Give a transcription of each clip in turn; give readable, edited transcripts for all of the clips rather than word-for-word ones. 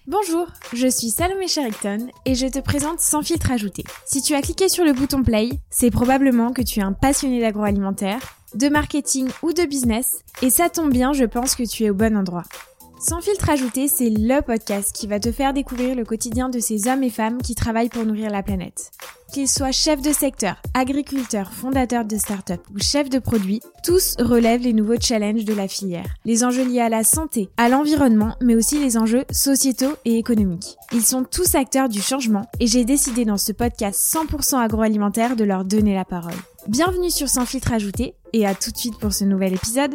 Bonjour, je suis Salomé Sherrington et je te présente Sans filtre ajouté. Si tu as cliqué sur le bouton play, c'est probablement que tu es un passionné d'agroalimentaire, de marketing ou de business, et ça tombe bien, je pense que tu es au bon endroit. Sans filtre ajouté, c'est le podcast qui va te faire découvrir le quotidien de ces hommes et femmes qui travaillent pour nourrir la planète. Qu'ils soient chefs de secteur, agriculteurs, fondateurs de start-up ou chefs de produits, tous relèvent les nouveaux challenges de la filière. Les enjeux liés à la santé, à l'environnement, mais aussi les enjeux sociétaux et économiques. Ils sont tous acteurs du changement et j'ai décidé dans ce podcast 100% agroalimentaire de leur donner la parole. Bienvenue sur Sans filtre ajouté et à tout de suite pour ce nouvel épisode.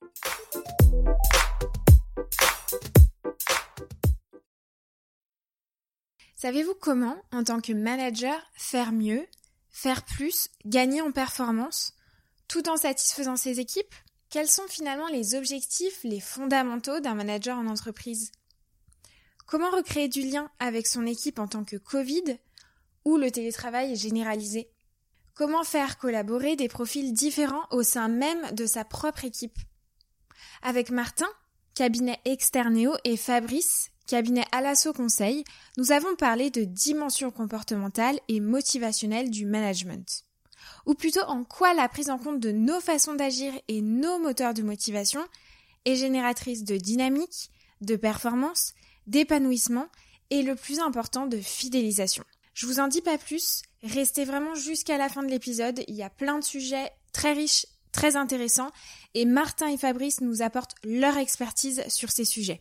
Savez-vous comment, en tant que manager, faire mieux, faire plus, gagner en performance, tout en satisfaisant ses équipes? Quels sont finalement les objectifs, les fondamentaux d'un manager en entreprise? Comment recréer du lien avec son équipe en tant que Covid, où le télétravail est généralisé? Comment faire collaborer des profils différents au sein même de sa propre équipe? Avec Martin, cabinet Externeo, et Fabrice, cabinet Alasso Conseil, nous avons parlé de dimension comportementale et motivationnelle du management. Ou plutôt en quoi la prise en compte de nos façons d'agir et nos moteurs de motivation est génératrice de dynamique, de performance, d'épanouissement et le plus important de fidélisation. Je vous en dis pas plus, restez vraiment jusqu'à la fin de l'épisode, il y a plein de sujets très riches, très intéressants et Martin et Fabrice nous apportent leur expertise sur ces sujets.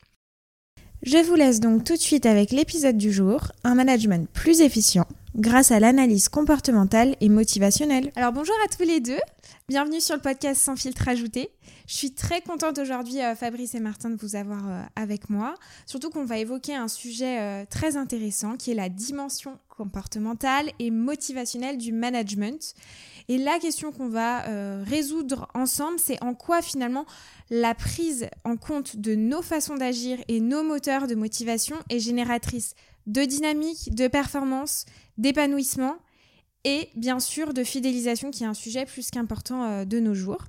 Je vous laisse donc tout de suite avec l'épisode du jour, un management plus efficient grâce à l'analyse comportementale et motivationnelle. Alors bonjour à tous les deux, bienvenue sur le podcast Sans filtre ajouté. Je suis très contente aujourd'hui, Fabrice et Martin, de vous avoir avec moi. Surtout qu'on va évoquer un sujet très intéressant qui est la dimension comportementale et motivationnelle du management. Et la question qu'on va résoudre ensemble, c'est en quoi finalement la prise en compte de nos façons d'agir et nos moteurs de motivation est génératrice de dynamique, de performance, d'épanouissement et bien sûr de fidélisation qui est un sujet plus qu'important de nos jours.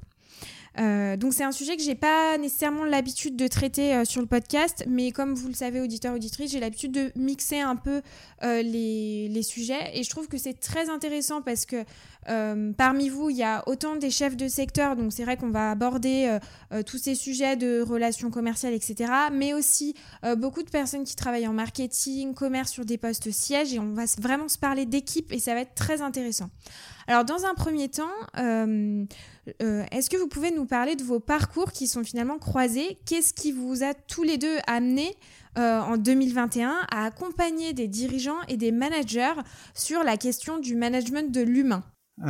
Donc c'est un sujet que j'ai pas nécessairement l'habitude de traiter sur le podcast, mais comme vous le savez, auditeurs, auditrices, j'ai l'habitude de mixer un peu les sujets et je trouve que c'est très intéressant parce que parmi vous, il y a autant des chefs de secteur, donc c'est vrai qu'on va aborder tous ces sujets de relations commerciales, etc., mais aussi beaucoup de personnes qui travaillent en marketing, commerce sur des postes sièges et on va vraiment se parler d'équipe et ça va être très intéressant. Alors dans un premier temps, est-ce que vous pouvez nous parler de vos parcours qui sont finalement croisés? Qu'est-ce qui vous a tous les deux amené en 2021 à accompagner des dirigeants et des managers sur la question du management de l'humain?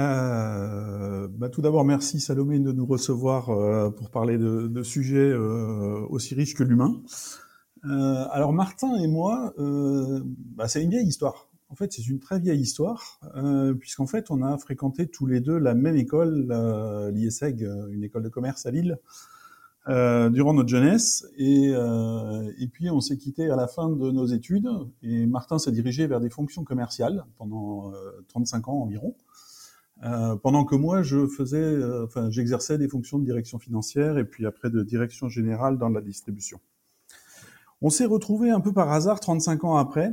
Tout d'abord, merci Salomé de nous recevoir pour parler de sujets aussi riches que l'humain. Alors Martin et moi, c'est une vieille histoire. En fait, c'est une très vieille histoire, puisqu'en fait, on a fréquenté tous les deux la même école, l'IESEG, une école de commerce à Lille, durant notre jeunesse. Et puis, on s'est quittés à la fin de nos études. Et Martin s'est dirigé vers des fonctions commerciales pendant 35 ans environ. Pendant que moi, j'exerçais des fonctions de direction financière et puis après de direction générale dans la distribution. On s'est retrouvés un peu par hasard 35 ans après.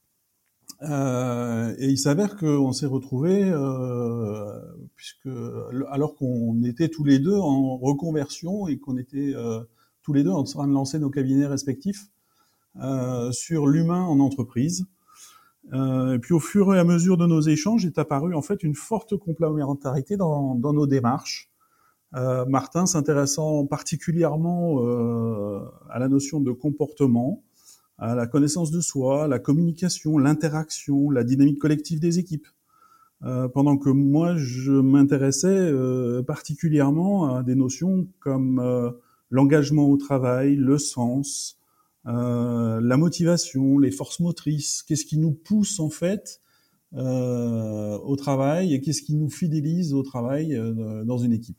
Et il s'avère qu'on s'est retrouvés alors qu'on était tous les deux en reconversion et qu'on était tous les deux en train de lancer nos cabinets respectifs sur l'humain en entreprise. Et puis au fur et à mesure de nos échanges est apparue en fait une forte complémentarité dans nos démarches. Martin s'intéressant particulièrement à la notion de comportement, à la connaissance de soi, la communication, l'interaction, la dynamique collective des équipes. Pendant que moi, je m'intéressais particulièrement à des notions comme l'engagement au travail, le sens, la motivation, les forces motrices, qu'est-ce qui nous pousse en fait au travail et qu'est-ce qui nous fidélise au travail dans une équipe.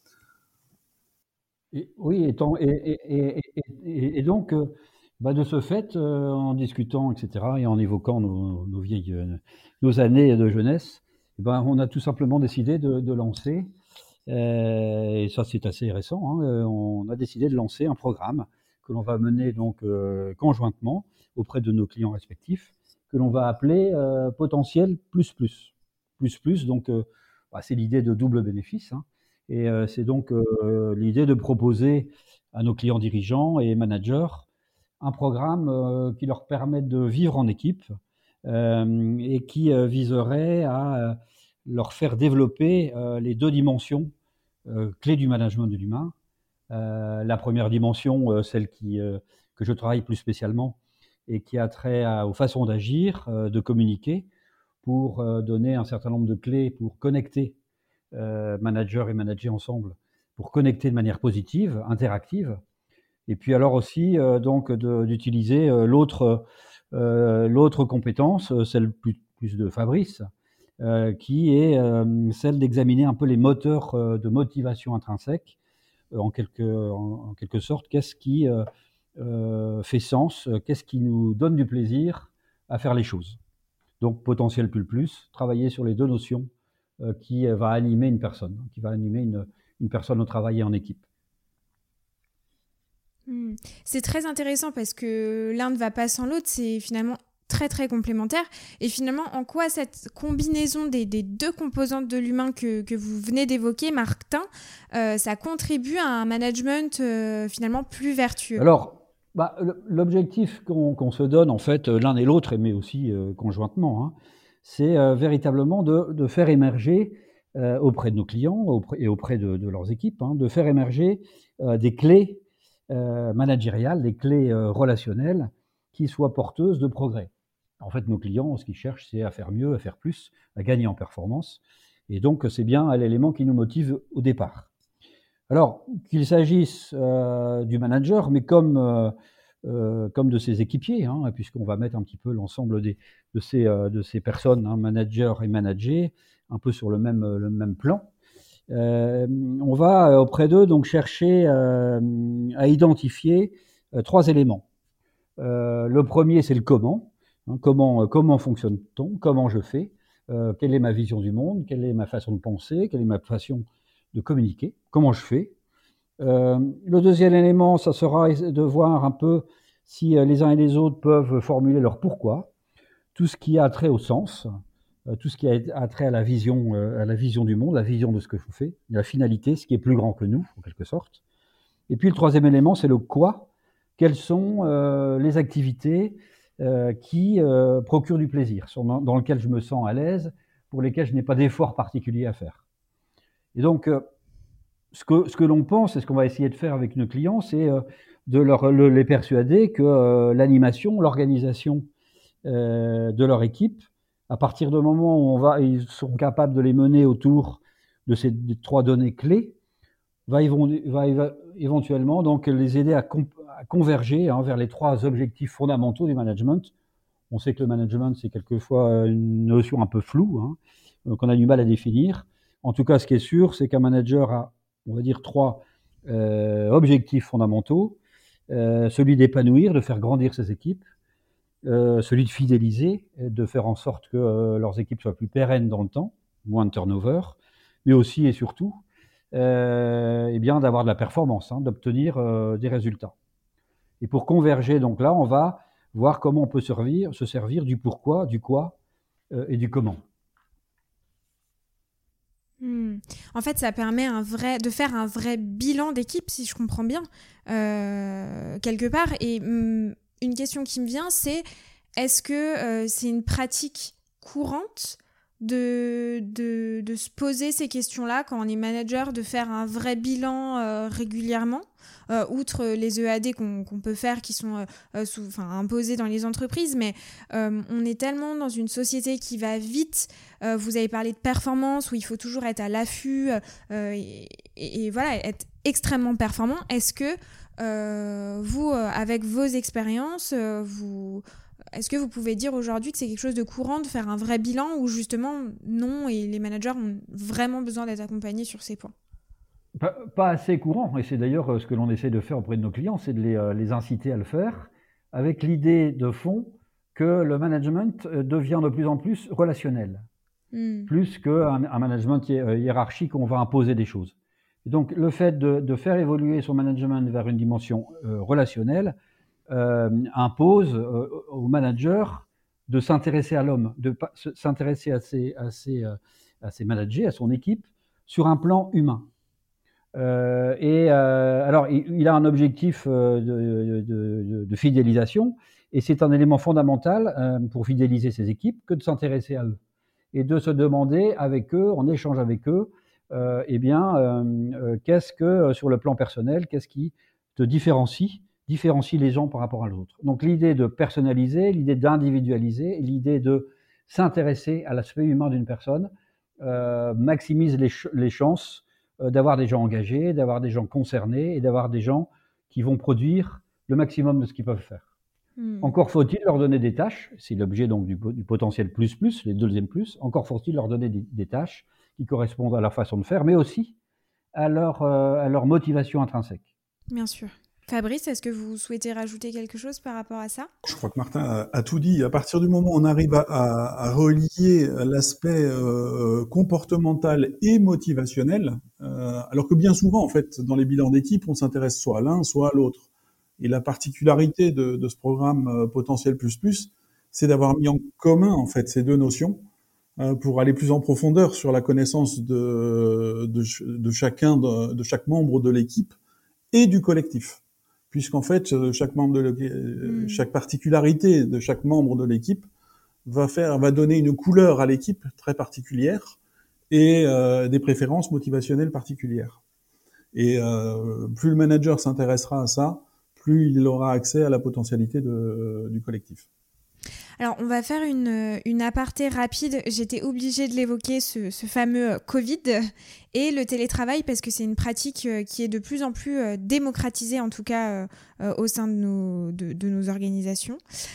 Et donc, de ce fait, en discutant, etc., et en évoquant nos années de jeunesse, on a tout simplement décidé de lancer, et ça c'est assez récent, on a décidé de lancer un programme que l'on va mener donc conjointement auprès de nos clients respectifs, que l'on va appeler potentiel plus plus. Plus plus, donc c'est l'idée de double bénéfice, hein, et c'est donc l'idée de proposer à nos clients dirigeants et managers un programme qui leur permette de vivre en équipe et qui viserait à leur faire développer les deux dimensions clés du management de l'humain. La première dimension, celle que je travaille plus spécialement et qui a trait aux façons d'agir, de communiquer, pour donner un certain nombre de clés pour connecter managers et managers ensemble, pour connecter de manière positive, interactive. Et puis alors aussi donc d'utiliser l'autre compétence, celle plus de Fabrice, qui est celle d'examiner un peu les moteurs de motivation intrinsèque, en quelque sorte, qu'est-ce qui fait sens, qu'est-ce qui nous donne du plaisir à faire les choses. Donc potentiel plus, travailler sur les deux notions qui va animer une personne, qui va animer une personne au travail et en équipe. C'est très intéressant parce que l'un ne va pas sans l'autre, c'est finalement très très complémentaire. Et finalement, en quoi cette combinaison des deux composantes de l'humain que vous venez d'évoquer, Martin, ça contribue à un management finalement plus vertueux? Alors, l'objectif qu'on se donne en fait l'un et l'autre, mais aussi conjointement, hein, c'est véritablement de faire émerger auprès de nos clients et auprès de leurs équipes, hein, de faire émerger des clés managériales, des clés relationnelles qui soient porteuses de progrès. En fait, nos clients, ce qu'ils cherchent, c'est à faire mieux, à faire plus, à gagner en performance. Et donc, c'est bien l'élément qui nous motive au départ. Alors, qu'il s'agisse du manager, mais comme de ses équipiers, hein, puisqu'on va mettre un petit peu l'ensemble de ces personnes, hein, managers et managés, un peu sur le même plan. On va auprès d'eux donc chercher à identifier 3 éléments. Le premier, c'est le comment. Hein, comment fonctionne-t-on? Comment je fais? Quelle est ma vision du monde? Quelle est ma façon de penser? Quelle est ma façon de communiquer? Comment je fais? Le deuxième élément, ça sera de voir un peu si les uns et les autres peuvent formuler leur pourquoi. Tout ce qui a trait au sens, tout ce qui a trait à la vision du monde, la vision de ce que je fais, la finalité, ce qui est plus grand que nous, en quelque sorte. Et puis le troisième élément, c'est le quoi. Quelles sont les activités qui procurent du plaisir, dans lesquelles je me sens à l'aise, pour lesquelles je n'ai pas d'effort particulier à faire. Et donc, ce que l'on pense et ce qu'on va essayer de faire avec nos clients, c'est de les persuader que l'animation, l'organisation de leur équipe, à partir du moment où ils sont capables de les mener autour de ces 3 données clés, va éventuellement donc les aider à converger vers les 3 objectifs fondamentaux du management. On sait que le management, c'est quelquefois une notion un peu floue, hein, qu'on a du mal à définir. En tout cas, ce qui est sûr, c'est qu'un manager a, on va dire, 3 objectifs fondamentaux. Celui d'épanouir, de faire grandir ses équipes. Celui de fidéliser, de faire en sorte que leurs équipes soient plus pérennes dans le temps, moins de turnover, mais aussi et surtout d'avoir de la performance, hein, d'obtenir des résultats. Et pour converger, donc là, on va voir comment on peut se servir du pourquoi, du quoi et du comment. En fait, ça permet de faire un vrai bilan d'équipe, si je comprends bien, quelque part. Et une question qui me vient, c'est est-ce que c'est une pratique courante de se poser ces questions-là quand on est manager, de faire un vrai bilan régulièrement, outre les EAD qu'on peut faire qui sont imposés dans les entreprises, mais on est tellement dans une société qui va vite. Vous avez parlé de performance où il faut toujours être à l'affût et voilà, être extrêmement performant. Est-ce que vous, avec vos expériences, est-ce que vous pouvez dire aujourd'hui que c'est quelque chose de courant de faire un vrai bilan ou justement non et les managers ont vraiment besoin d'être accompagnés sur ces points? Pas assez courant, et c'est d'ailleurs ce que l'on essaie de faire auprès de nos clients, c'est de les inciter à le faire avec l'idée de fond que le management devient de plus en plus relationnel, plus qu'un management hiérarchique où on va imposer des choses. Donc, le fait de faire évoluer son management vers une dimension relationnelle impose au manager de s'intéresser à l'homme, de s'intéresser à ses managers, à son équipe, sur un plan humain. Alors, il a un objectif de fidélisation, et c'est un élément fondamental pour fidéliser ses équipes que de s'intéresser à eux et de se demander avec eux, en échange avec eux, qu'est-ce que, sur le plan personnel, qu'est-ce qui te différencie les gens par rapport à l'autre. Donc l'idée de personnaliser, l'idée d'individualiser, l'idée de s'intéresser à l'aspect humain d'une personne maximise les chances d'avoir des gens engagés, d'avoir des gens concernés et d'avoir des gens qui vont produire le maximum de ce qu'ils peuvent faire. Encore faut-il leur donner des tâches, c'est l'objet donc du potentiel plus, les deuxièmes plus, encore faut-il leur donner des tâches qui correspondent à leur façon de faire, mais aussi à leur motivation intrinsèque. Bien sûr. Fabrice, est-ce que vous souhaitez rajouter quelque chose par rapport à ça ? Je crois que Martin a tout dit. À partir du moment où on arrive à relier l'aspect comportemental et motivationnel, alors que bien souvent, en fait, dans les bilans d'équipe, on s'intéresse soit à l'un, soit à l'autre. Et la particularité de ce programme Potentiel Plus, c'est d'avoir mis en commun, en fait, ces deux notions pour aller plus en profondeur sur la connaissance de chaque membre de l'équipe et du collectif. Puisqu'en fait, chaque particularité de chaque membre de l'équipe va donner une couleur à l'équipe très particulière et des préférences motivationnelles particulières. Et plus le manager s'intéressera à ça, plus il aura accès à la potentialité du collectif. Alors, on va faire une aparté rapide. J'étais obligée de l'évoquer, ce fameux Covid et le télétravail, parce que c'est une pratique qui est de plus en plus démocratisée, en tout cas au sein de nos organisations.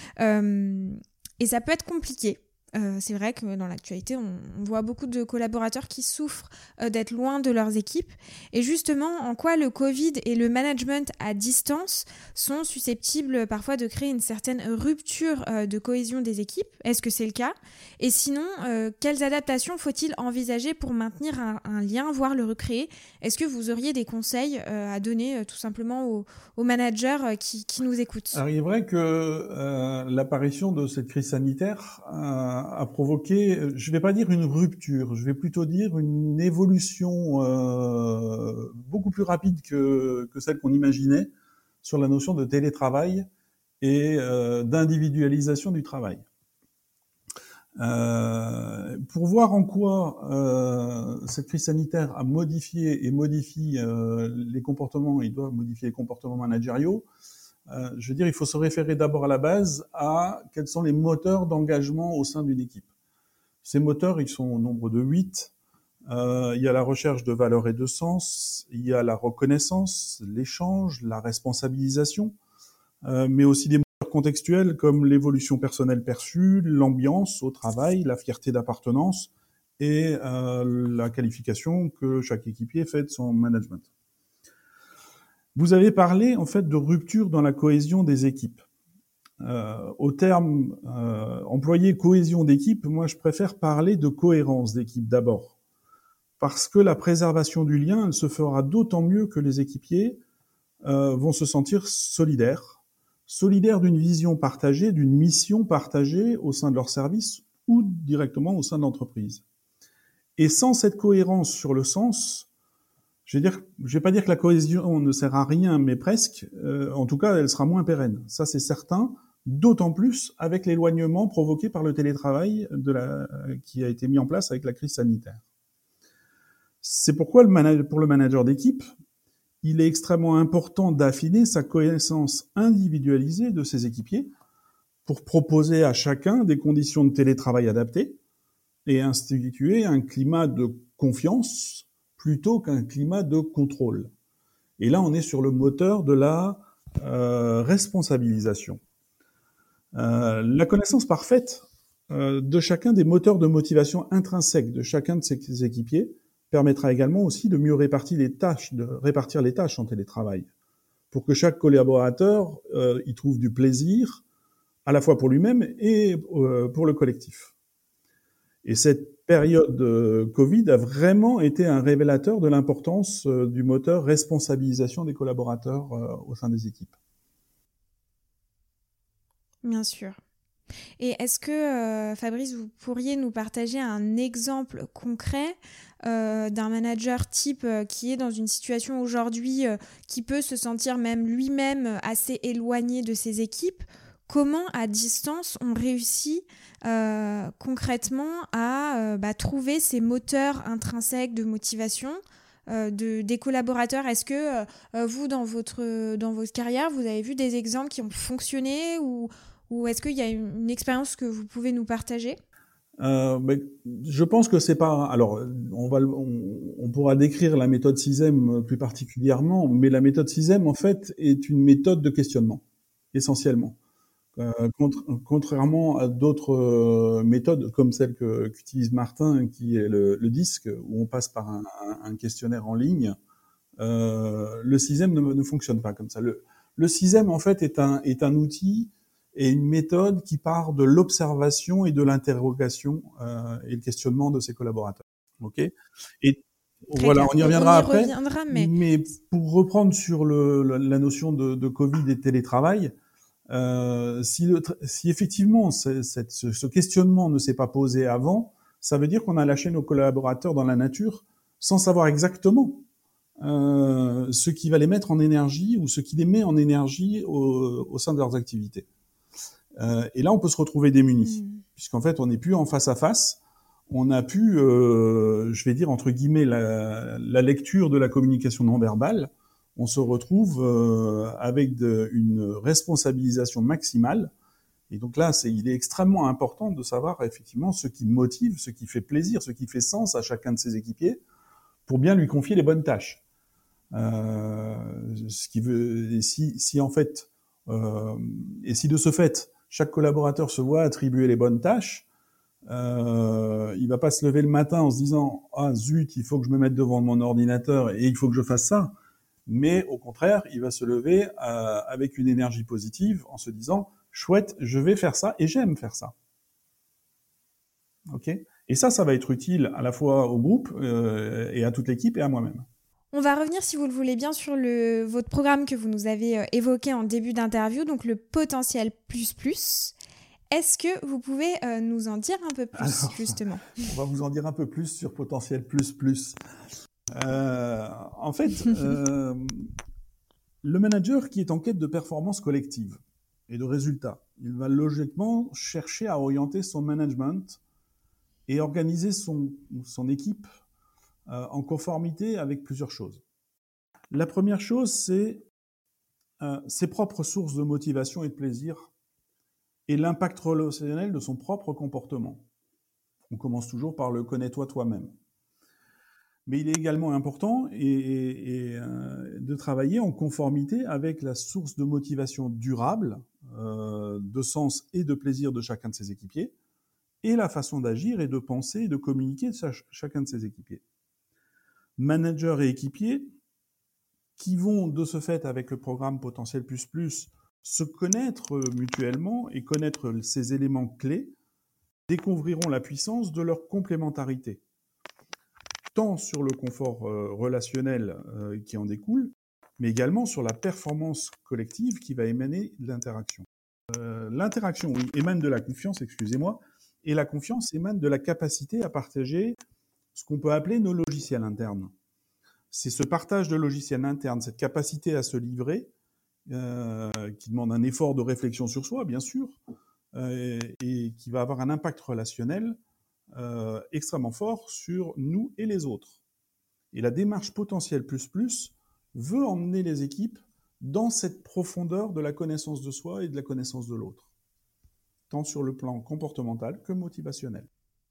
Et ça peut être compliqué. C'est vrai que dans l'actualité, on voit beaucoup de collaborateurs qui souffrent d'être loin de leurs équipes. Et justement, en quoi le Covid et le management à distance sont susceptibles parfois de créer une certaine rupture de cohésion des équipes ? Est-ce que c'est le cas ? Et sinon, quelles adaptations faut-il envisager pour maintenir un lien, voire le recréer ? Est-ce que vous auriez des conseils à donner tout simplement aux managers qui nous écoutent ? Alors, il est vrai que l'apparition de cette crise sanitaire a provoqué, je ne vais pas dire une rupture, je vais plutôt dire une évolution beaucoup plus rapide que celle qu'on imaginait sur la notion de télétravail et d'individualisation du travail. Pour voir en quoi cette crise sanitaire a modifié et modifie les comportements, il doit modifier les comportements managériaux, je veux dire, il faut se référer d'abord à la base à quels sont les moteurs d'engagement au sein d'une équipe. Ces moteurs, ils sont au nombre de 8. Il y a la recherche de valeur et de sens, il y a la reconnaissance, l'échange, la responsabilisation, mais aussi des moteurs contextuels comme l'évolution personnelle perçue, l'ambiance au travail, la fierté d'appartenance et la qualification que chaque équipier fait de son management. Vous avez parlé en fait de rupture dans la cohésion des équipes. Au terme employé cohésion d'équipe, moi je préfère parler de cohérence d'équipe d'abord. Parce que la préservation du lien, elle se fera d'autant mieux que les équipiers vont se sentir solidaires d'une vision partagée, d'une mission partagée au sein de leur service ou directement au sein de l'entreprise. Et sans cette cohérence sur le sens, je vais pas dire que la cohésion ne sert à rien, mais presque. En tout cas, elle sera moins pérenne. Ça, c'est certain. D'autant plus avec l'éloignement provoqué par le télétravail qui a été mis en place avec la crise sanitaire. C'est pourquoi pour le manager d'équipe, il est extrêmement important d'affiner sa connaissance individualisée de ses équipiers pour proposer à chacun des conditions de télétravail adaptées et instituer un climat de confiance plutôt qu'un climat de contrôle. Et là, on est sur le moteur de la responsabilisation. La connaissance parfaite de chacun des moteurs de motivation intrinsèques de chacun de ses équipiers permettra également aussi de mieux répartir les tâches en télétravail, pour que chaque collaborateur y trouve du plaisir, à la fois pour lui-même et pour le collectif. Et cette période Covid a vraiment été un révélateur de l'importance du moteur responsabilisation des collaborateurs au sein des équipes. Bien sûr. Et est-ce que, Fabrice, vous pourriez nous partager un exemple concret d'un manager type qui est dans une situation aujourd'hui qui peut se sentir même lui-même assez éloigné de ses équipes? Comment, à distance, on réussit concrètement à trouver ces moteurs intrinsèques de motivation des collaborateurs? Est-ce que vous, dans votre carrière, vous avez vu des exemples qui ont fonctionné ou est-ce qu'il y a une expérience que vous pouvez nous partager? Je pense que c'est pas. Alors, on pourra décrire la méthode 6M plus particulièrement, mais la méthode 6M, en fait, est une méthode de questionnement, essentiellement. Contrairement à d'autres méthodes comme celle qu'utilise Martin, qui est le DISC, où on passe par un questionnaire en ligne, le 6M ne fonctionne pas comme ça. Le 6M, en fait, est un outil et une méthode qui part de l'observation et de l'interrogation et le questionnement de ses collaborateurs. Ok. Et voilà, on y reviendra après. Mais pour reprendre sur la notion de Covid et de télétravail, si effectivement ce questionnement ne s'est pas posé avant, ça veut dire qu'on a lâché nos collaborateurs dans la nature sans savoir exactement ce qui va les mettre en énergie ou ce qui les met en énergie au sein de leurs activités. Et là, on peut se retrouver démunis, puisqu'en fait, on n'est plus en face à face. On a pu, je vais dire entre guillemets, la lecture de la communication non verbale. On se retrouve avec une responsabilisation maximale. Et donc là, il est extrêmement important de savoir effectivement ce qui motive, ce qui fait plaisir, ce qui fait sens à chacun de ses équipiers, pour bien lui confier les bonnes tâches. Ce qui veut, et si en fait, et si de ce fait, chaque collaborateur se voit attribuer les bonnes tâches, il va pas se lever le matin en se disant « Ah zut, il faut que je me mette devant mon ordinateur et il faut que je fasse ça ». Mais au contraire, il va se lever avec une énergie positive en se disant « Chouette, je vais faire ça et j'aime faire ça ». Ok ? Et ça va être utile à la fois au groupe et à toute l'équipe et à moi-même. On va revenir, si vous le voulez bien, sur votre programme que vous nous avez évoqué en début d'interview, donc le potentiel plus. Est-ce que vous pouvez nous en dire un peu plus, justement ? On va vous en dire un peu plus sur potentiel plus. En fait, le manager qui est en quête de performance collective et de résultats, il va logiquement chercher à orienter son management et organiser son équipe en conformité avec plusieurs choses. La première chose, c'est ses propres sources de motivation et de plaisir et l'impact relationnel de son propre comportement. On commence toujours par le « connais-toi toi-même ». Mais il est également important de travailler en conformité avec la source de motivation durable, de sens et de plaisir de chacun de ses équipiers, et la façon d'agir et de penser et de communiquer de chacun de ses équipiers. Managers et équipiers qui vont de ce fait avec le programme Potentiel Plus se connaître mutuellement et connaître ces éléments clés, découvriront la puissance de leur complémentarité, tant sur le confort relationnel qui en découle, mais également sur la performance collective qui va émaner de l'interaction. L'interaction, oui, émane de la confiance, excusez-moi, et la confiance émane de la capacité à partager ce qu'on peut appeler nos logiciels internes. C'est ce partage de logiciels internes, cette capacité à se livrer, qui demande un effort de réflexion sur soi, bien sûr, et qui va avoir un impact relationnel extrêmement fort sur nous et les autres. Et la démarche Potentiel Plus veut emmener les équipes dans cette profondeur de la connaissance de soi et de la connaissance de l'autre, tant sur le plan comportemental que motivationnel.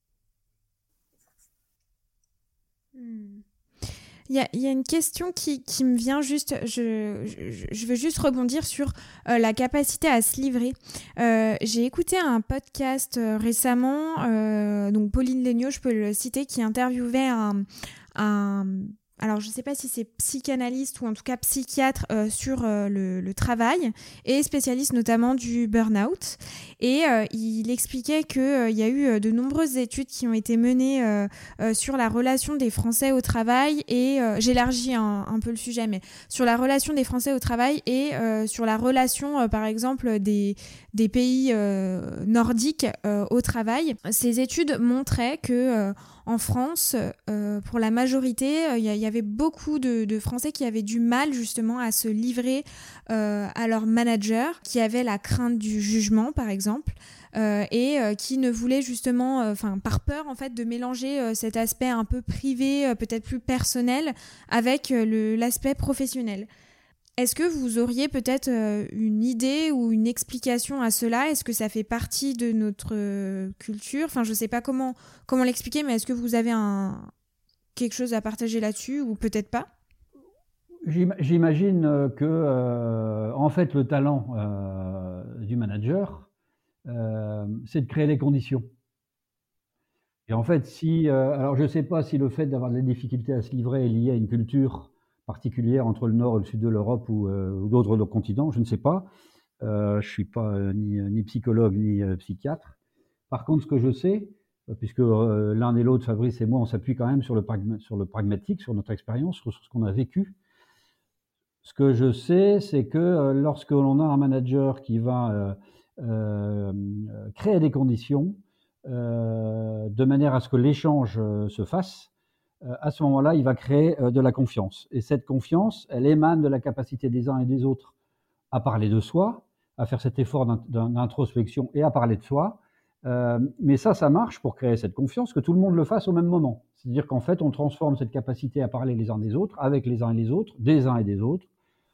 Il y a une question qui me vient juste, je veux juste rebondir sur la capacité à se livrer. J'ai écouté un podcast récemment, donc Pauline Léniaud, je peux le citer, qui interviewait un alors je ne sais pas si c'est psychanalyste ou en tout cas psychiatre sur le travail et spécialiste notamment du burn-out. Et il expliquait qu'il y a eu de nombreuses études qui ont été menées sur la relation des Français au travail et j'élargis un peu le sujet, mais sur la relation des Français au travail et sur la relation par exemple des pays nordiques au travail. Ces études montraient que en France, pour la majorité, il y avait beaucoup de Français qui avaient du mal justement à se livrer à leur manager, qui avaient la crainte du jugement par exemple, et qui ne voulaient justement, par peur en fait, de mélanger cet aspect un peu privé, peut-être plus personnel, avec l'aspect professionnel. Est-ce que vous auriez peut-être une idée ou une explication à cela? Est-ce que ça fait partie de notre culture? Enfin, je ne sais pas comment l'expliquer, mais est-ce que vous avez quelque chose à partager là-dessus ou peut-être pas? J'imagine que, en fait, le talent du manager, c'est de créer les conditions. Et en fait, alors je ne sais pas si le fait d'avoir des difficultés à se livrer est lié à une culture particulière entre le nord et le sud de l'Europe ou d'autres continents, je ne sais pas. Je ne suis pas ni psychologue ni psychiatre. Par contre, ce que je sais, puisque l'un et l'autre, Fabrice et moi, on s'appuie quand même sur le pragmatique, sur notre expérience, sur ce qu'on a vécu. Ce que je sais, c'est que lorsque l'on a un manager qui va créer des conditions de manière à ce que l'échange se fasse, à ce moment-là, il va créer de la confiance. Et cette confiance, elle émane de la capacité des uns et des autres à parler de soi, à faire cet effort d'introspection et à parler de soi. Mais ça marche pour créer cette confiance, que tout le monde le fasse au même moment. C'est-à-dire qu'en fait, on transforme cette capacité à parler les uns des autres, avec les uns et les autres, des uns et des autres.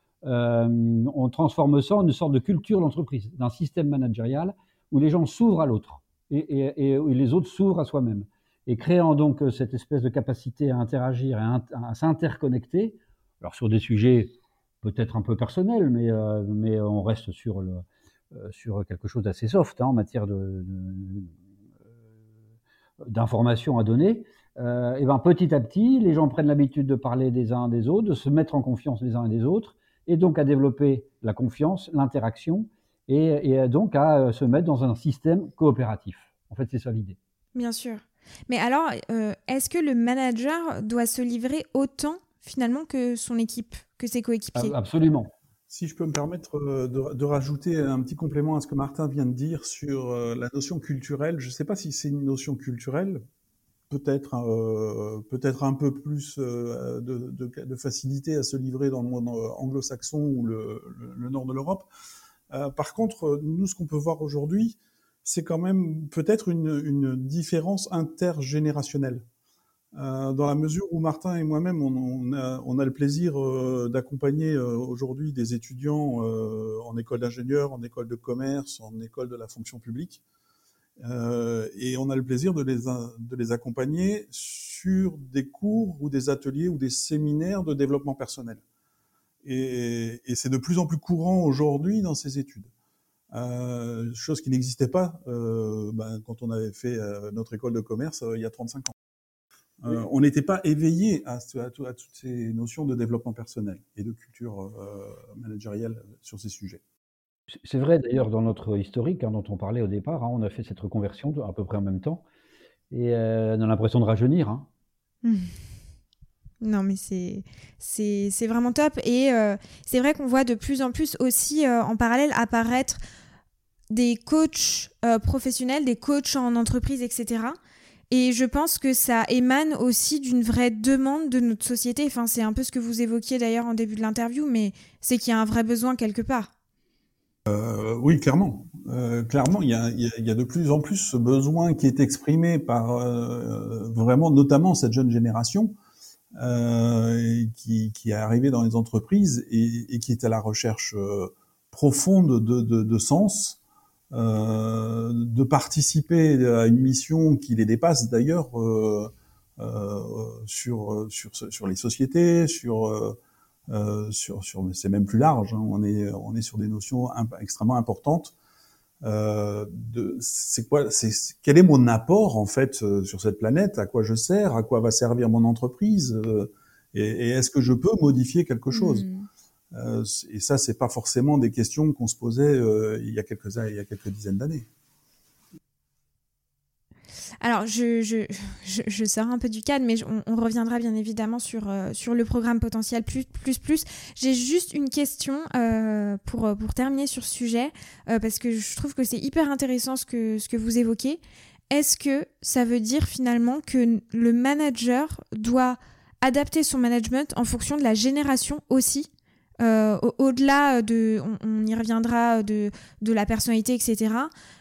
On transforme ça en une sorte de culture d'entreprise, d'un système managérial où les gens s'ouvrent à l'autre et les autres s'ouvrent à soi-même. Et créant donc cette espèce de capacité à interagir et à s'interconnecter, alors sur des sujets peut-être un peu personnels, mais on reste sur quelque chose d'assez soft en matière d'informations à donner. Et ben petit à petit, les gens prennent l'habitude de parler des uns des autres, de se mettre en confiance les uns et les autres, et donc à développer la confiance, l'interaction, et donc à se mettre dans un système coopératif. En fait, c'est ça l'idée. Bien sûr. Mais alors, est-ce que le manager doit se livrer autant finalement que son équipe, que ses coéquipiers? Absolument. Si je peux me permettre de rajouter un petit complément à ce que Martin vient de dire sur la notion culturelle, je ne sais pas si c'est une notion culturelle, peut-être un peu plus de facilité à se livrer dans le monde anglo-saxon ou le nord de l'Europe. Par contre, nous, ce qu'on peut voir aujourd'hui, c'est quand même peut-être une différence intergénérationnelle. Dans la mesure où Martin et moi-même, on a le plaisir d'accompagner aujourd'hui des étudiants en école d'ingénieur, en école de commerce, en école de la fonction publique. Et on a le plaisir de les accompagner sur des cours ou des ateliers ou des séminaires de développement personnel. Et c'est de plus en plus courant aujourd'hui dans ces études. Chose qui n'existait pas quand on avait fait notre école de commerce il y a 35 ans. On n'était pas éveillé à toutes ces notions de développement personnel et de culture managériale sur ces sujets. C'est vrai d'ailleurs dans notre historique dont on parlait au départ, on a fait cette reconversion à peu près en même temps et on a l'impression de rajeunir. Non mais c'est vraiment top et c'est vrai qu'on voit de plus en plus aussi en parallèle apparaître des coachs professionnels, des coachs en entreprise, etc. Et je pense que ça émane aussi d'une vraie demande de notre société. Enfin, c'est un peu ce que vous évoquiez d'ailleurs en début de l'interview, mais c'est qu'il y a un vrai besoin quelque part. Oui, clairement. Clairement, il y a de plus en plus ce besoin qui est exprimé par vraiment, notamment cette jeune génération qui est arrivée dans les entreprises et qui est à la recherche profonde de sens. De participer à une mission qui les dépasse d'ailleurs sur les sociétés, c'est même plus large. On est sur des notions extrêmement importantes. Quel est mon apport en fait sur cette planète? À quoi je sers? À quoi va servir mon entreprise? Et est-ce que je peux modifier quelque chose? Et ça, c'est pas forcément des questions qu'on se posait il y a quelques dizaines d'années. Alors, je sors un peu du cadre, mais on reviendra bien évidemment sur le programme potentiel plus. J'ai juste une question pour terminer sur ce sujet, parce que je trouve que c'est hyper intéressant ce que vous évoquez. Est-ce que ça veut dire finalement que le manager doit adapter son management en fonction de la génération aussi, au-delà on y reviendra, de la personnalité, etc.,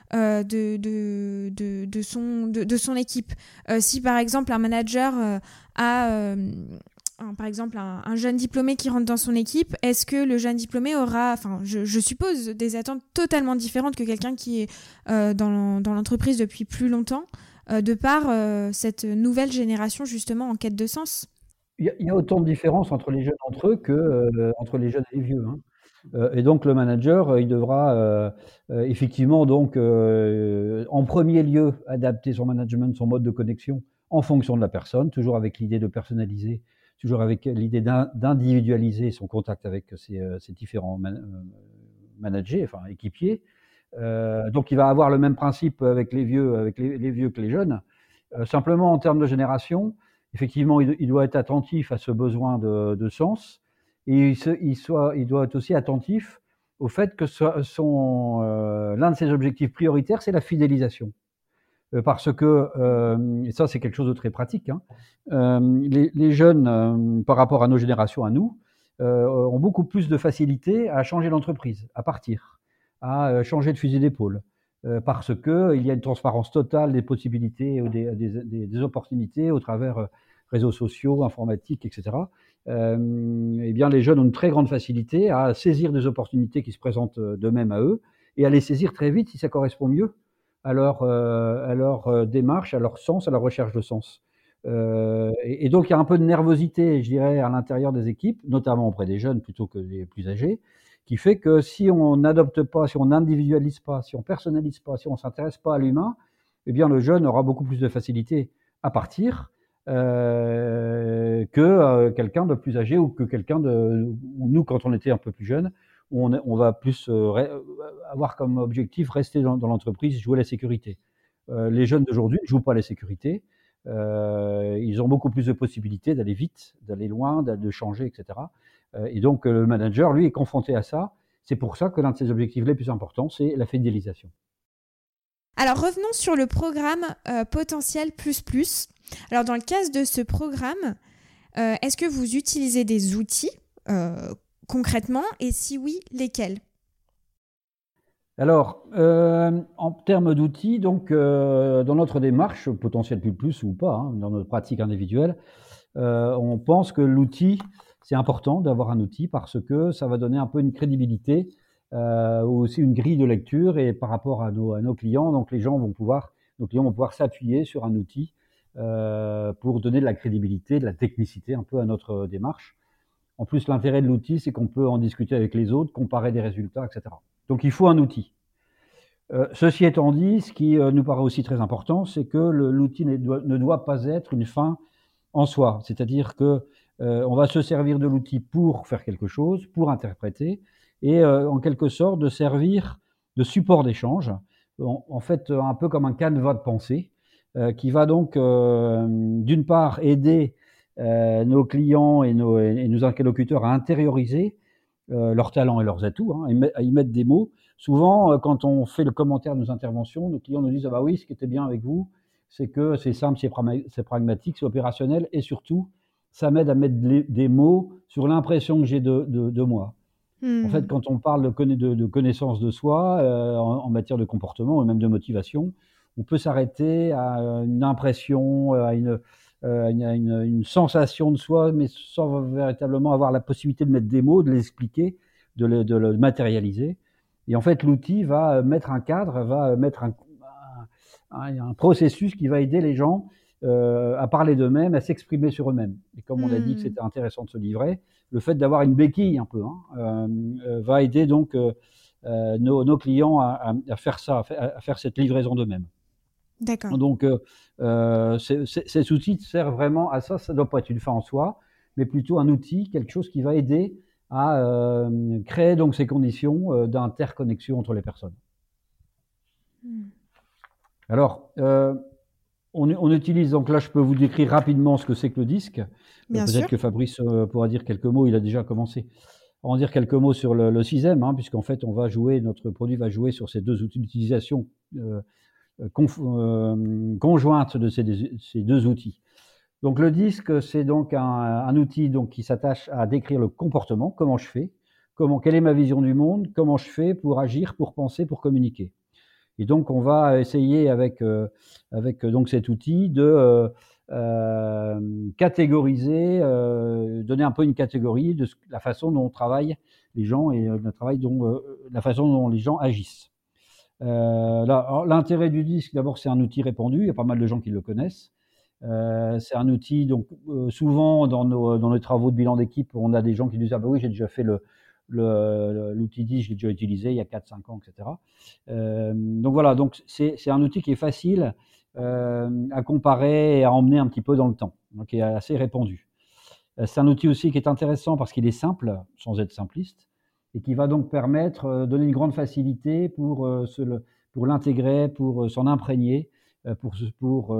de son équipe. Si par exemple un manager a par exemple un jeune diplômé qui rentre dans son équipe, est-ce que le jeune diplômé aura, je suppose, des attentes totalement différentes que quelqu'un qui est dans l'entreprise depuis plus longtemps, de par cette nouvelle génération justement en quête de sens? Il y a autant de différences entre les jeunes entre eux que entre les jeunes et les vieux, hein. Et donc le manager, il devra effectivement donc en premier lieu adapter son management, son mode de connexion en fonction de la personne, toujours avec l'idée de personnaliser, toujours avec l'idée d'individualiser son contact avec ses différents managers, enfin équipiers. Donc il va avoir le même principe avec les vieux que les jeunes. Simplement en termes de génération, effectivement, il doit être attentif à ce besoin de sens, et il doit être aussi attentif au fait que l'un de ses objectifs prioritaires, c'est la fidélisation. Parce que, et ça c'est quelque chose de très pratique, hein, les jeunes, par rapport à nos générations, à nous, ont beaucoup plus de facilité à changer d'entreprise, à partir, à changer de fusil d'épaule, parce qu'il y a une transparence totale des possibilités ou des opportunités au travers réseaux sociaux, informatiques, etc. Eh bien, les jeunes ont une très grande facilité à saisir des opportunités qui se présentent d'eux-mêmes à eux et à les saisir très vite si ça correspond mieux à leur démarche, à leur sens, à leur recherche de sens. Et donc, il y a un peu de nervosité, je dirais, à l'intérieur des équipes, notamment auprès des jeunes plutôt que des plus âgés, qui fait que si on n'adopte pas, si on n'individualise pas, si on personnalise pas, si on s'intéresse pas à l'humain, eh bien, le jeune aura beaucoup plus de facilité à partir que quelqu'un de plus âgé ou que quelqu'un ou nous, quand on était un peu plus jeune, on va plus avoir comme objectif rester dans l'entreprise, jouer la sécurité. Les jeunes d'aujourd'hui ne jouent pas la sécurité. Ils ont beaucoup plus de possibilités d'aller vite, d'aller loin, de changer, etc. Et donc, le manager, lui, est confronté à ça. C'est pour ça que l'un de ses objectifs les plus importants, c'est la fidélisation. Alors, revenons sur le programme Potentiel Plus Plus. Alors, dans le cadre de ce programme, est-ce que vous utilisez des outils concrètement, et si oui, lesquels? Alors, en termes d'outils, donc, dans notre démarche, Potentiel Plus Plus ou pas, hein, dans notre pratique individuelle, on pense que l'outil, c'est important d'avoir un outil parce que ça va donner un peu une crédibilité, ou aussi une grille de lecture, et par rapport à nos clients, donc nos clients vont pouvoir s'appuyer sur un outil pour donner de la crédibilité, de la technicité un peu à notre démarche. En plus, l'intérêt de l'outil, c'est qu'on peut en discuter avec les autres, comparer des résultats, etc. Donc, il faut un outil. Ceci étant dit, ce qui nous paraît aussi très important, c'est que l'outil ne doit pas être une fin en soi. C'est-à-dire que on va se servir de l'outil pour faire quelque chose, pour interpréter, et en quelque sorte de servir de support d'échange. En fait, un peu comme un canevas de pensée, qui va donc d'une part aider nos clients et nos interlocuteurs à intérioriser leurs talents et leurs atouts, hein, à y mettre des mots. Souvent, quand on fait le commentaire de nos interventions, nos clients nous disent « Ah bah oui, ce qui était bien avec vous, c'est que c'est simple, c'est pragmatique, c'est opérationnel, et surtout, ça m'aide à mettre des mots sur l'impression que j'ai de moi. » En fait, quand on parle de connaissance de soi en matière de comportement ou même de motivation, on peut s'arrêter à une impression, à une sensation de soi, mais sans véritablement avoir la possibilité de mettre des mots, de l'expliquer, de le matérialiser. Et en fait, l'outil va mettre un cadre, va mettre un processus qui va aider les gens à parler d'eux-mêmes, à s'exprimer sur eux-mêmes. Et comme on a dit que c'était intéressant de se livrer, le fait d'avoir une béquille un peu va aider donc nos clients à faire ça, à faire cette livraison d'eux-mêmes. D'accord. Donc, ces outils servent vraiment à ça. Ça ne doit pas être une fin en soi, mais plutôt un outil, quelque chose qui va aider à créer donc ces conditions d'interconnexion entre les personnes. Alors, on utilise, donc là je peux vous décrire rapidement ce que c'est que le disque. Peut-être que Fabrice pourra dire quelques mots, il a déjà commencé. On va dire quelques mots sur le SISEM, puisqu'en fait notre produit va jouer sur ces deux outils d'utilisation conjointe de ces deux outils. Donc le disque, c'est donc un outil donc, qui s'attache à décrire le comportement, comment je fais, quelle est ma vision du monde, comment je fais pour agir, pour penser, pour communiquer. Et donc on va essayer avec donc cet outil de catégoriser, donner un peu une catégorie de la façon dont travaillent les gens et la façon dont les gens agissent. L'intérêt du disque, d'abord, c'est un outil répandu. Il y a pas mal de gens qui le connaissent. C'est un outil, donc souvent dans nos travaux de bilan d'équipe, on a des gens qui disent ah ben oui, j'ai déjà fait l'outil disque, je l'ai déjà utilisé il y a 4-5 ans, etc. Donc voilà, donc c'est un outil qui est facile à comparer et à emmener un petit peu dans le temps, donc qui est assez répandu. C'est un outil aussi qui est intéressant parce qu'il est simple, sans être simpliste, et qui va donc permettre de donner une grande facilité pour l'intégrer, pour s'en imprégner, pour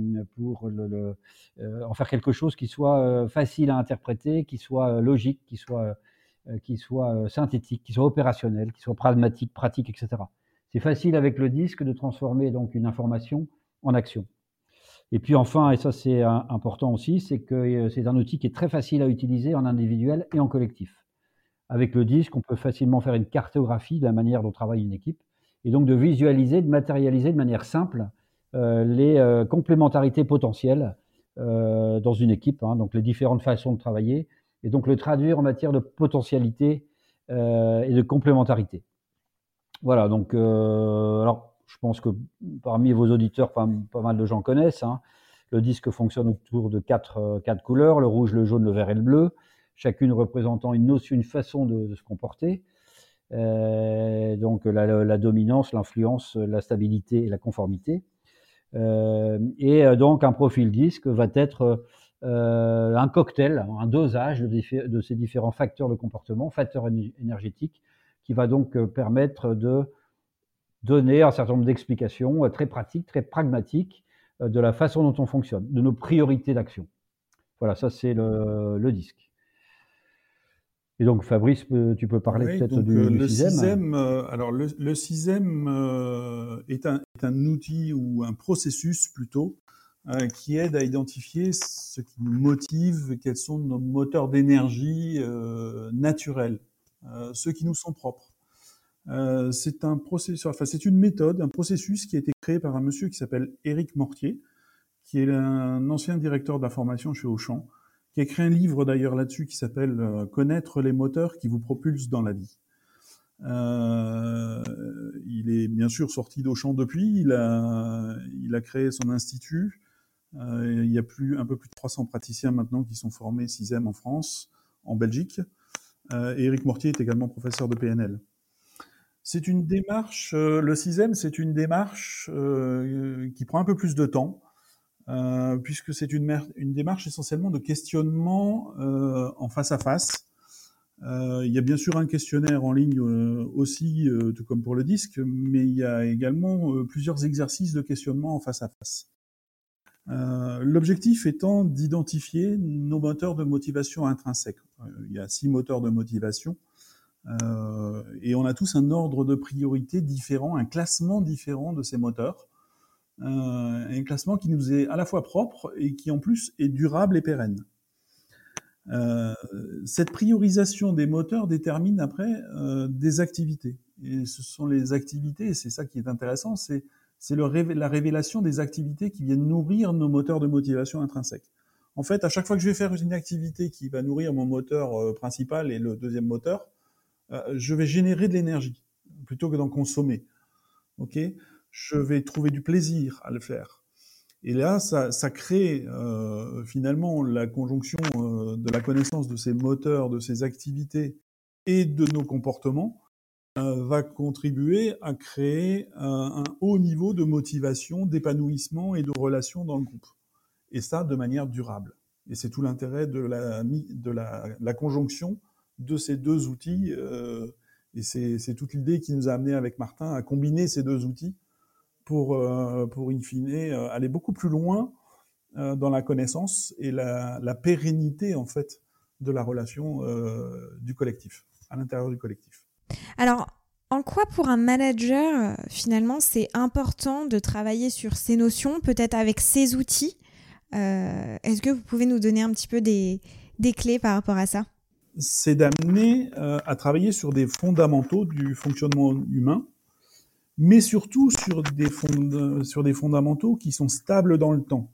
en faire quelque chose qui soit facile à interpréter, qui soit logique, qui soit synthétique, qui soit opérationnel, qui soit pragmatique, pratique, etc. C'est facile avec le disque de transformer donc une information en action. Et puis enfin, et ça c'est important aussi, c'est que c'est un outil qui est très facile à utiliser en individuel et en collectif. Avec le disque, on peut facilement faire une cartographie de la manière dont travaille une équipe et donc de visualiser, de matérialiser de manière simple les complémentarités potentielles dans une équipe, donc les différentes façons de travailler, et donc le traduire en matière de potentialité et de complémentarité. Voilà, donc alors je pense que parmi vos auditeurs, pas mal de gens connaissent. Le disque fonctionne autour de quatre couleurs, le rouge, le jaune, le vert et le bleu, chacune représentant une notion, une façon de se comporter. Donc la dominance, l'influence, la stabilité et la conformité. Et donc un profil disque va être un cocktail, un dosage de ces différents facteurs de comportement, facteurs énergétiques, qui va donc permettre de donner un certain nombre d'explications très pratiques, très pragmatiques de la façon dont on fonctionne, de nos priorités d'action. Voilà, ça c'est le disque. Et donc Fabrice, tu peux parler peut-être du SISEM. Alors le SISEM est un outil ou un processus plutôt qui aide à identifier ce qui nous motive, quels sont nos moteurs d'énergie naturels, ceux qui nous sont propres. C'est un processus, enfin c'est une méthode, un processus qui a été créé par un monsieur qui s'appelle Éric Mortier, qui est un ancien directeur d'information chez Auchan, qui a écrit un livre d'ailleurs là-dessus qui s'appelle « Connaître les moteurs qui vous propulsent dans la vie ». Il est bien sûr sorti d'Auchan depuis, il a créé son institut. Il y a un peu plus de 300 praticiens maintenant qui sont formés SISEM en France, en Belgique. Et Éric Mortier est également professeur de PNL. C'est une démarche, le SISEM, c'est une démarche qui prend un peu plus de temps, puisque c'est une démarche essentiellement de questionnement en face à face. Il y a bien sûr un questionnaire en ligne aussi, tout comme pour le disque, mais il y a également plusieurs exercices de questionnement en face à face. L'objectif étant d'identifier nos moteurs de motivation intrinsèques. Il y a 6 moteurs de motivation. Et on a tous un ordre de priorité différent, un classement différent de ces moteurs. Un classement qui nous est à la fois propre et qui en plus est durable et pérenne. Cette priorisation des moteurs détermine après des activités. Et ce sont les activités, et c'est ça qui est intéressant, c'est la révélation des activités qui viennent nourrir nos moteurs de motivation intrinsèques. En fait, à chaque fois que je vais faire une activité qui va nourrir mon moteur principal et le deuxième moteur, je vais générer de l'énergie plutôt que d'en consommer. Ok ? Je vais trouver du plaisir à le faire. Et là, ça crée finalement la conjonction de la connaissance de ces moteurs, de ces activités et de nos comportements va contribuer à créer un haut niveau de motivation, d'épanouissement et de relation dans le groupe. Et ça, de manière durable. Et c'est tout l'intérêt de la conjonction de ces deux outils. Et c'est toute l'idée qui nous a amené avec Martin à combiner ces deux outils pour in fine, aller beaucoup plus loin dans la connaissance et la pérennité, en fait, de la relation du collectif, à l'intérieur du collectif. Alors, en quoi pour un manager, finalement, c'est important de travailler sur ces notions, peut-être avec ces outils? Est-ce que vous pouvez nous donner un petit peu des clés par rapport à ça? C'est d'amener à travailler sur des fondamentaux du fonctionnement humain, mais surtout sur des fondamentaux qui sont stables dans le temps.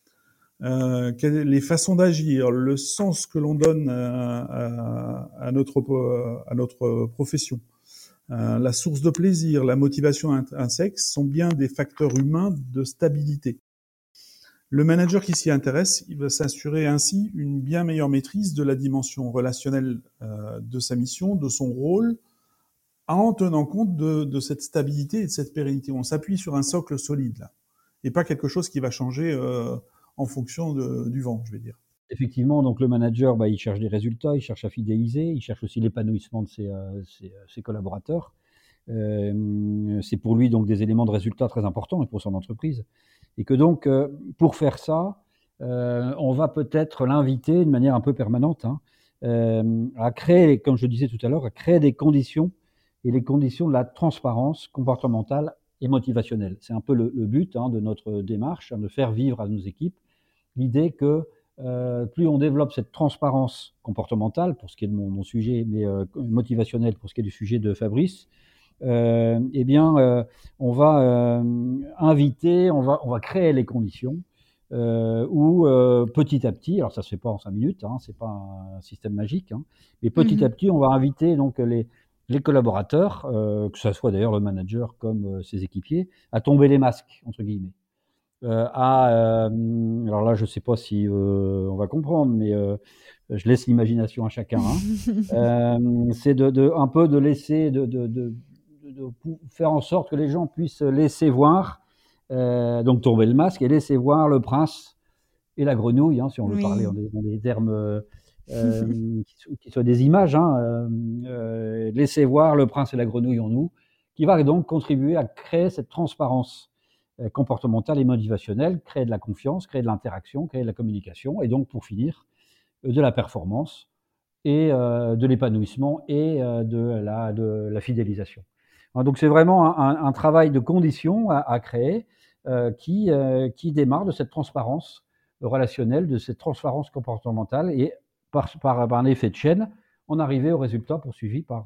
Les façons d'agir, le sens que l'on donne à notre profession, la source de plaisir, la motivation intrinsèque sont bien des facteurs humains de stabilité. Le manager qui s'y intéresse, il va s'assurer ainsi une bien meilleure maîtrise de la dimension relationnelle de sa mission, de son rôle, en tenant compte de cette stabilité et de cette pérennité. On s'appuie sur un socle solide, là, et pas quelque chose qui va changer en fonction du vent, je vais dire. Effectivement, donc le manager, il cherche des résultats, il cherche à fidéliser, il cherche aussi l'épanouissement de ses collaborateurs. C'est pour lui donc des éléments de résultat très importants et pour son entreprise. Et que donc, pour faire ça, on va peut-être l'inviter de manière un peu permanente à créer, comme je disais tout à l'heure, à créer des conditions et les conditions de la transparence comportementale et motivationnelle. C'est un peu le but de notre démarche, de faire vivre à nos équipes l'idée que plus on développe cette transparence comportementale, pour ce qui est de mon sujet, mais motivationnelle pour ce qui est du sujet de Fabrice, on va inviter, on va créer les conditions où petit à petit, alors ça se fait pas en 5 minutes, c'est pas un système magique, mais petit à petit, on va inviter donc les collaborateurs, que ce soit d'ailleurs le manager comme ses équipiers, à tomber les masques, entre guillemets. Alors là, je sais pas si on va comprendre, mais je laisse l'imagination à chacun. C'est un peu de laisser, de faire en sorte que les gens puissent laisser voir, donc tomber le masque et laisser voir le prince et la grenouille, si on veut parler dans des termes qui soient des images, laisser voir le prince et la grenouille en nous, qui va donc contribuer à créer cette transparence comportementale et motivationnelle, créer de la confiance, créer de l'interaction, créer de la communication, et donc pour finir, de la performance et de l'épanouissement et de la fidélisation. Donc c'est vraiment un travail de conditions à créer qui démarre de cette transparence relationnelle, de cette transparence comportementale, et par un effet de chaîne, on arrivait au résultat poursuivi par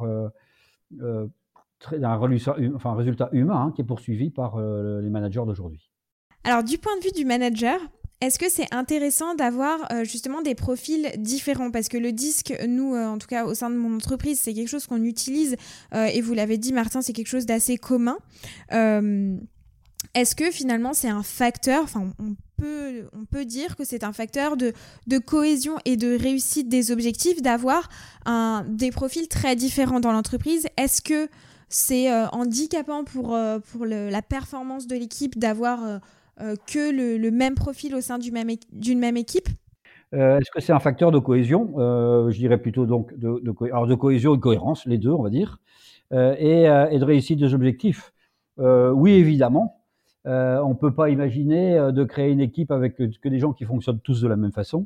un résultat humain qui est poursuivi par les managers d'aujourd'hui. Alors du point de vue du manager, est-ce que c'est intéressant d'avoir justement des profils différents? Parce que le disque, nous, en tout cas au sein de mon entreprise, c'est quelque chose qu'on utilise, et vous l'avez dit Martin, c'est quelque chose d'assez commun. Est-ce que finalement c'est un facteur, on peut dire que c'est un facteur de cohésion et de réussite des objectifs d'avoir des profils très différents dans l'entreprise? Est-ce que c'est handicapant pour la performance de l'équipe d'avoir que le même profil au sein d'une même équipe? Est-ce que c'est un facteur de cohésion? Je dirais plutôt donc de cohésion et de cohérence, les deux, on va dire, et de réussite des objectifs. Oui, évidemment. On ne peut pas imaginer de créer une équipe avec que des gens qui fonctionnent tous de la même façon.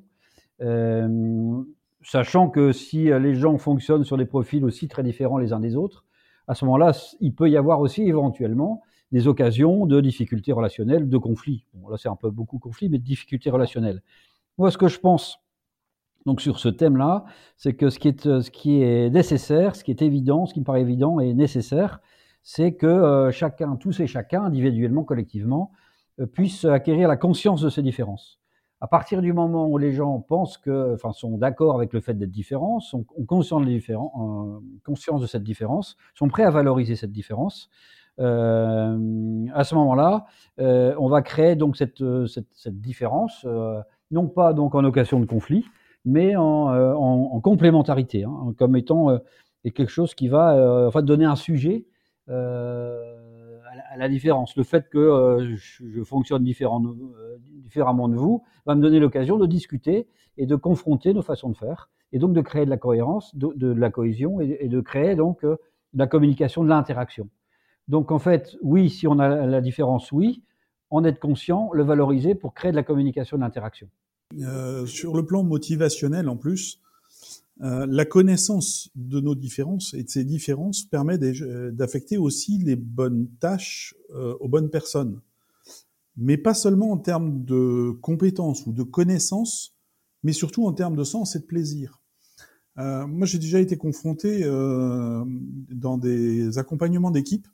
Sachant que si les gens fonctionnent sur des profils aussi très différents les uns des autres, à ce moment-là, il peut y avoir aussi éventuellement des occasions de difficultés relationnelles, de conflits. Bon, là, c'est un peu beaucoup conflits, mais de difficultés relationnelles. Moi, ce que je pense donc sur ce thème-là, c'est que ce qui est nécessaire, ce qui est évident, ce qui me paraît évident et nécessaire, c'est que tous et chacun, individuellement, collectivement, puissent acquérir la conscience de ces différences. À partir du moment où les gens sont d'accord avec le fait d'être différents, ont conscience de cette différence, sont prêts à valoriser cette différence, à ce moment-là, on va créer donc cette différence, non pas donc en occasion de conflit, mais en complémentarité, comme étant quelque chose qui va donner un sujet à la différence. Le fait que je fonctionne différemment de vous va me donner l'occasion de discuter et de confronter nos façons de faire, et donc de créer de la cohérence, de la cohésion, et de créer donc de la communication, de l'interaction. Donc en fait, oui, si on a la différence, oui, en être conscient, le valoriser pour créer de la communication, de l'interaction. Sur le plan motivationnel, en plus, la connaissance de nos différences et de ces différences permet d'affecter aussi les bonnes tâches aux bonnes personnes. Mais pas seulement en termes de compétences ou de connaissances, mais surtout en termes de sens et de plaisir. Moi, j'ai déjà été confronté dans des accompagnements d'équipe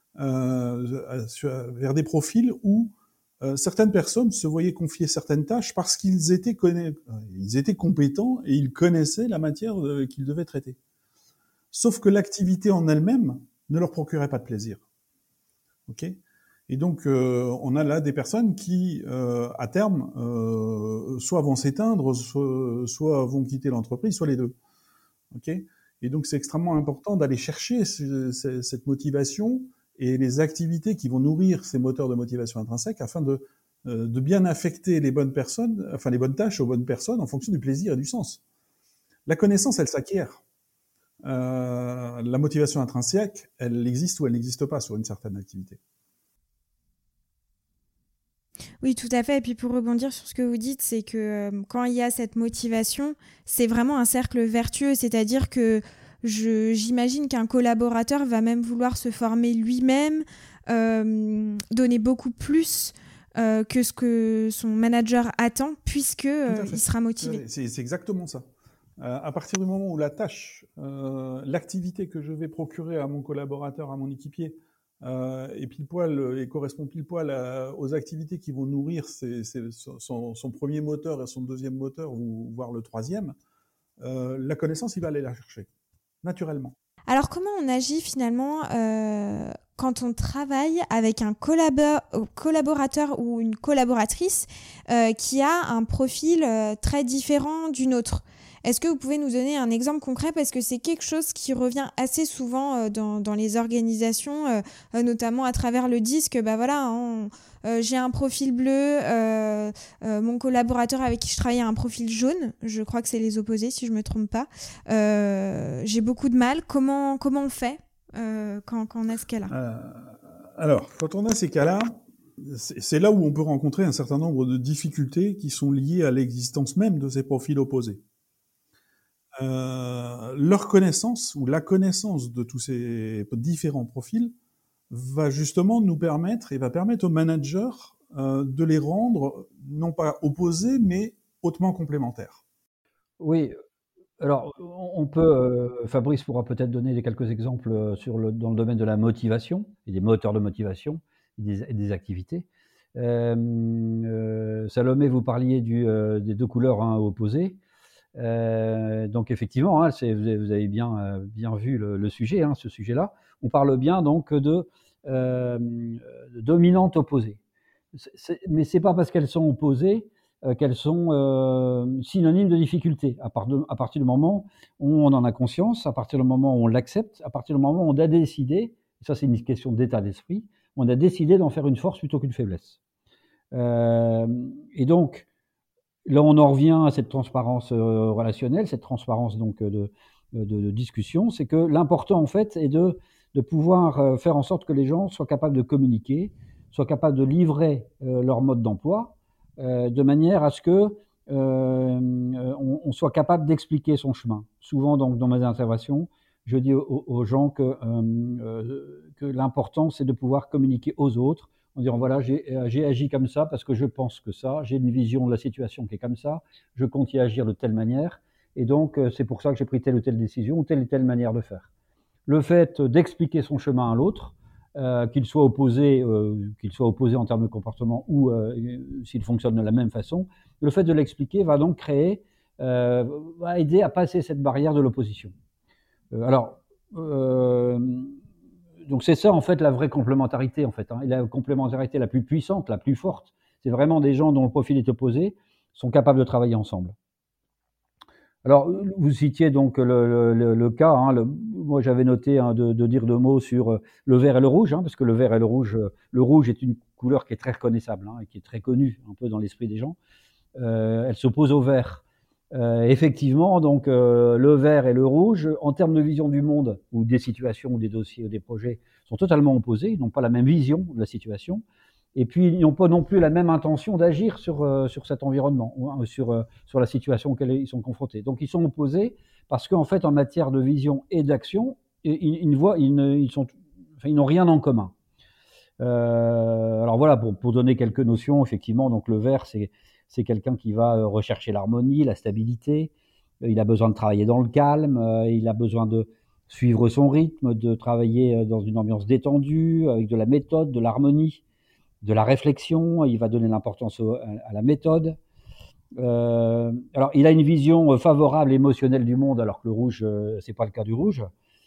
vers des profils où certaines personnes se voyaient confier certaines tâches parce qu'ils étaient compétents et ils connaissaient la matière qu'ils devaient traiter. Sauf que l'activité en elle-même ne leur procurait pas de plaisir. Ok ? Et donc, on a là des personnes qui, à terme, soit vont s'éteindre, soit vont quitter l'entreprise, soit les deux. Ok ? Et donc, c'est extrêmement important d'aller chercher cette motivation et les activités qui vont nourrir ces moteurs de motivation intrinsèque afin de bien affecter les bonnes personnes, enfin les bonnes tâches aux bonnes personnes en fonction du plaisir et du sens. La connaissance, elle s'acquiert. La motivation intrinsèque, elle existe ou elle n'existe pas sur une certaine activité. Oui, tout à fait. Et puis pour rebondir sur ce que vous dites, c'est que quand il y a cette motivation, c'est vraiment un cercle vertueux. C'est-à-dire que j'imagine qu'un collaborateur va même vouloir se former lui-même, donner beaucoup plus que ce que son manager attend, puisque il sera motivé. C'est exactement ça. À partir du moment où la tâche, l'activité que je vais procurer à mon collaborateur, à mon équipier, et pile poil et correspond pile poil aux activités qui vont nourrir son premier moteur et son deuxième moteur, ou voire le troisième, la connaissance, il va aller la chercher naturellement. Alors comment on agit finalement quand on travaille avec un collaborateur ou une collaboratrice qui a un profil très différent d'une autre ? Est-ce que vous pouvez nous donner un exemple concret, parce que c'est quelque chose qui revient assez souvent dans les organisations, notamment à travers le disque. Bah voilà, j'ai un profil bleu, mon collaborateur avec qui je travaille a un profil jaune. Je crois que c'est les opposés, si je me trompe pas. J'ai beaucoup de mal. Comment on fait quand on a ce cas-là ? Alors, quand on a ces cas-là, c'est là où on peut rencontrer un certain nombre de difficultés qui sont liées à l'existence même de ces profils opposés. Leur connaissance ou la connaissance de tous ces différents profils va justement nous permettre et va permettre aux managers de les rendre non pas opposés mais hautement complémentaires. Oui, alors on peut, Fabrice pourra peut-être donner quelques exemples dans le domaine de la motivation et des moteurs de motivation et des activités. Salomé, vous parliez des deux couleurs opposées. Donc effectivement, vous avez bien vu le sujet, ce sujet-là. On parle bien donc de dominantes opposées. Mais c'est pas parce qu'elles sont opposées qu'elles sont synonymes de difficulté. À partir du moment où on en a conscience, à partir du moment où on l'accepte, à partir du moment où on a décidé, et ça c'est une question d'état d'esprit, on a décidé d'en faire une force plutôt qu'une faiblesse. Et donc, là, on en revient à cette transparence relationnelle, cette transparence donc de discussion. C'est que l'important, en fait, est de pouvoir faire en sorte que les gens soient capables de communiquer, soient capables de livrer leur mode d'emploi, de manière à ce que on soit capable d'expliquer son chemin. Souvent, donc, dans mes interventions, je dis aux gens que l'important, c'est de pouvoir communiquer aux autres, en disant voilà, j'ai agi comme ça parce que je pense que ça, j'ai une vision de la situation qui est comme ça, je compte y agir de telle manière, et donc c'est pour ça que j'ai pris telle ou telle décision ou telle manière de faire. Le fait d'expliquer son chemin à l'autre, qu'il soit opposé en termes de comportement ou s'il fonctionne de la même façon, le fait de l'expliquer va donc va aider à passer cette barrière de l'opposition. Donc c'est ça en fait la vraie complémentarité en fait, et la complémentarité la plus puissante, la plus forte, c'est vraiment des gens dont le profil est opposé sont capables de travailler ensemble. Alors, vous citiez donc le cas, hein, moi j'avais noté hein, de dire 2 mots sur le vert et le rouge, hein, parce que le vert et le rouge est une couleur qui est très reconnaissable hein, et qui est très connue un peu dans l'esprit des gens. Elle s'oppose au vert. Effectivement, donc le vert et le rouge, en termes de vision du monde, ou des situations, ou des dossiers, ou des projets, sont totalement opposés. Ils n'ont pas la même vision de la situation. Et puis, ils n'ont pas non plus la même intention d'agir sur cet environnement, ou sur la situation auquel ils sont confrontés. Donc, ils sont opposés parce qu'en fait, en matière de vision et d'action, ils n'ont rien en commun. Alors voilà, pour donner quelques notions, effectivement, donc le vert, c'est quelqu'un qui va rechercher l'harmonie, la stabilité. Il a besoin de travailler dans le calme. Il a besoin de suivre son rythme, de travailler dans une ambiance détendue, avec de la méthode, de l'harmonie, de la réflexion. Il va donner l'importance à la méthode. Alors, il a une vision favorable, émotionnelle du monde, alors que le rouge, c'est pas le cas du rouge.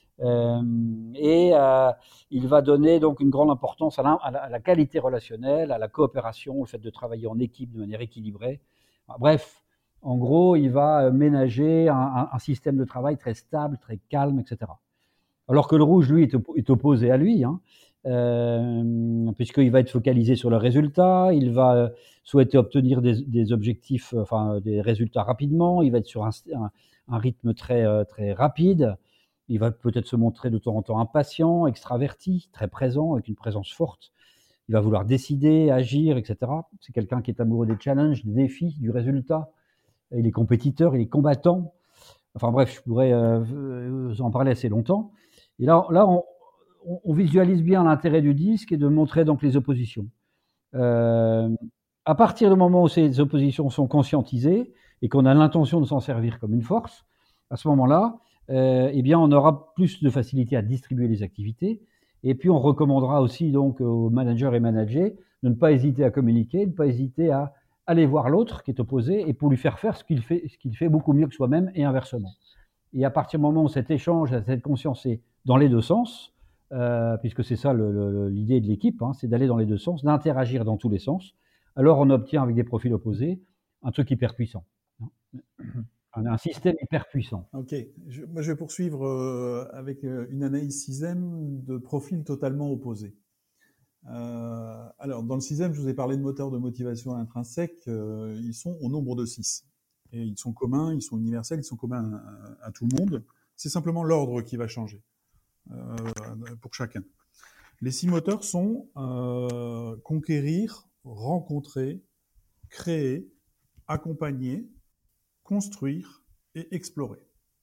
Il va donner donc une grande importance à la qualité relationnelle, à la coopération, au fait de travailler en équipe de manière équilibrée. Bref, en gros, il va ménager un système de travail très stable, très calme, etc. Alors que le rouge, lui, est opposé à lui, hein, puisqu'il va être focalisé sur le résultat, il va souhaiter obtenir des objectifs, enfin des résultats rapidement, il va être sur un rythme très, très rapide. Il va peut-être se montrer de temps en temps impatient, extraverti, très présent, avec une présence forte. Il va vouloir décider, agir, etc. C'est quelqu'un qui est amoureux des challenges, des défis, du résultat. Il est compétiteur, il est combattant. Enfin bref, je pourrais en parler assez longtemps. Et là on visualise bien l'intérêt du disque et de montrer donc les oppositions. Euh, à partir du moment où ces oppositions sont conscientisées et qu'on a l'intention de s'en servir comme une force, à ce moment-là, eh bien, on aura plus de facilité à distribuer les activités. Et puis, on recommandera aussi donc aux managers et managers de ne pas hésiter à communiquer, de ne pas hésiter à aller voir l'autre qui est opposé et pour lui faire faire ce qu'il fait beaucoup mieux que soi-même et inversement. Et à partir du moment où cet échange, cette conscience est dans les deux sens, puisque c'est ça l'idée de l'équipe, hein, c'est d'aller dans les deux sens, d'interagir dans tous les sens, alors on obtient avec des profils opposés un truc hyper puissant. Un système hyper puissant. Ok, moi je vais poursuivre avec une analyse SISM de profils totalement opposés. Alors, dans le sixième, je vous ai parlé de moteurs de motivation intrinsèques. Ils sont au nombre de 6. Et ils sont communs, ils sont universels, ils sont communs à tout le monde. C'est simplement l'ordre qui va changer pour chacun. Les 6 moteurs sont conquérir, rencontrer, créer, accompagner, construire et explorer.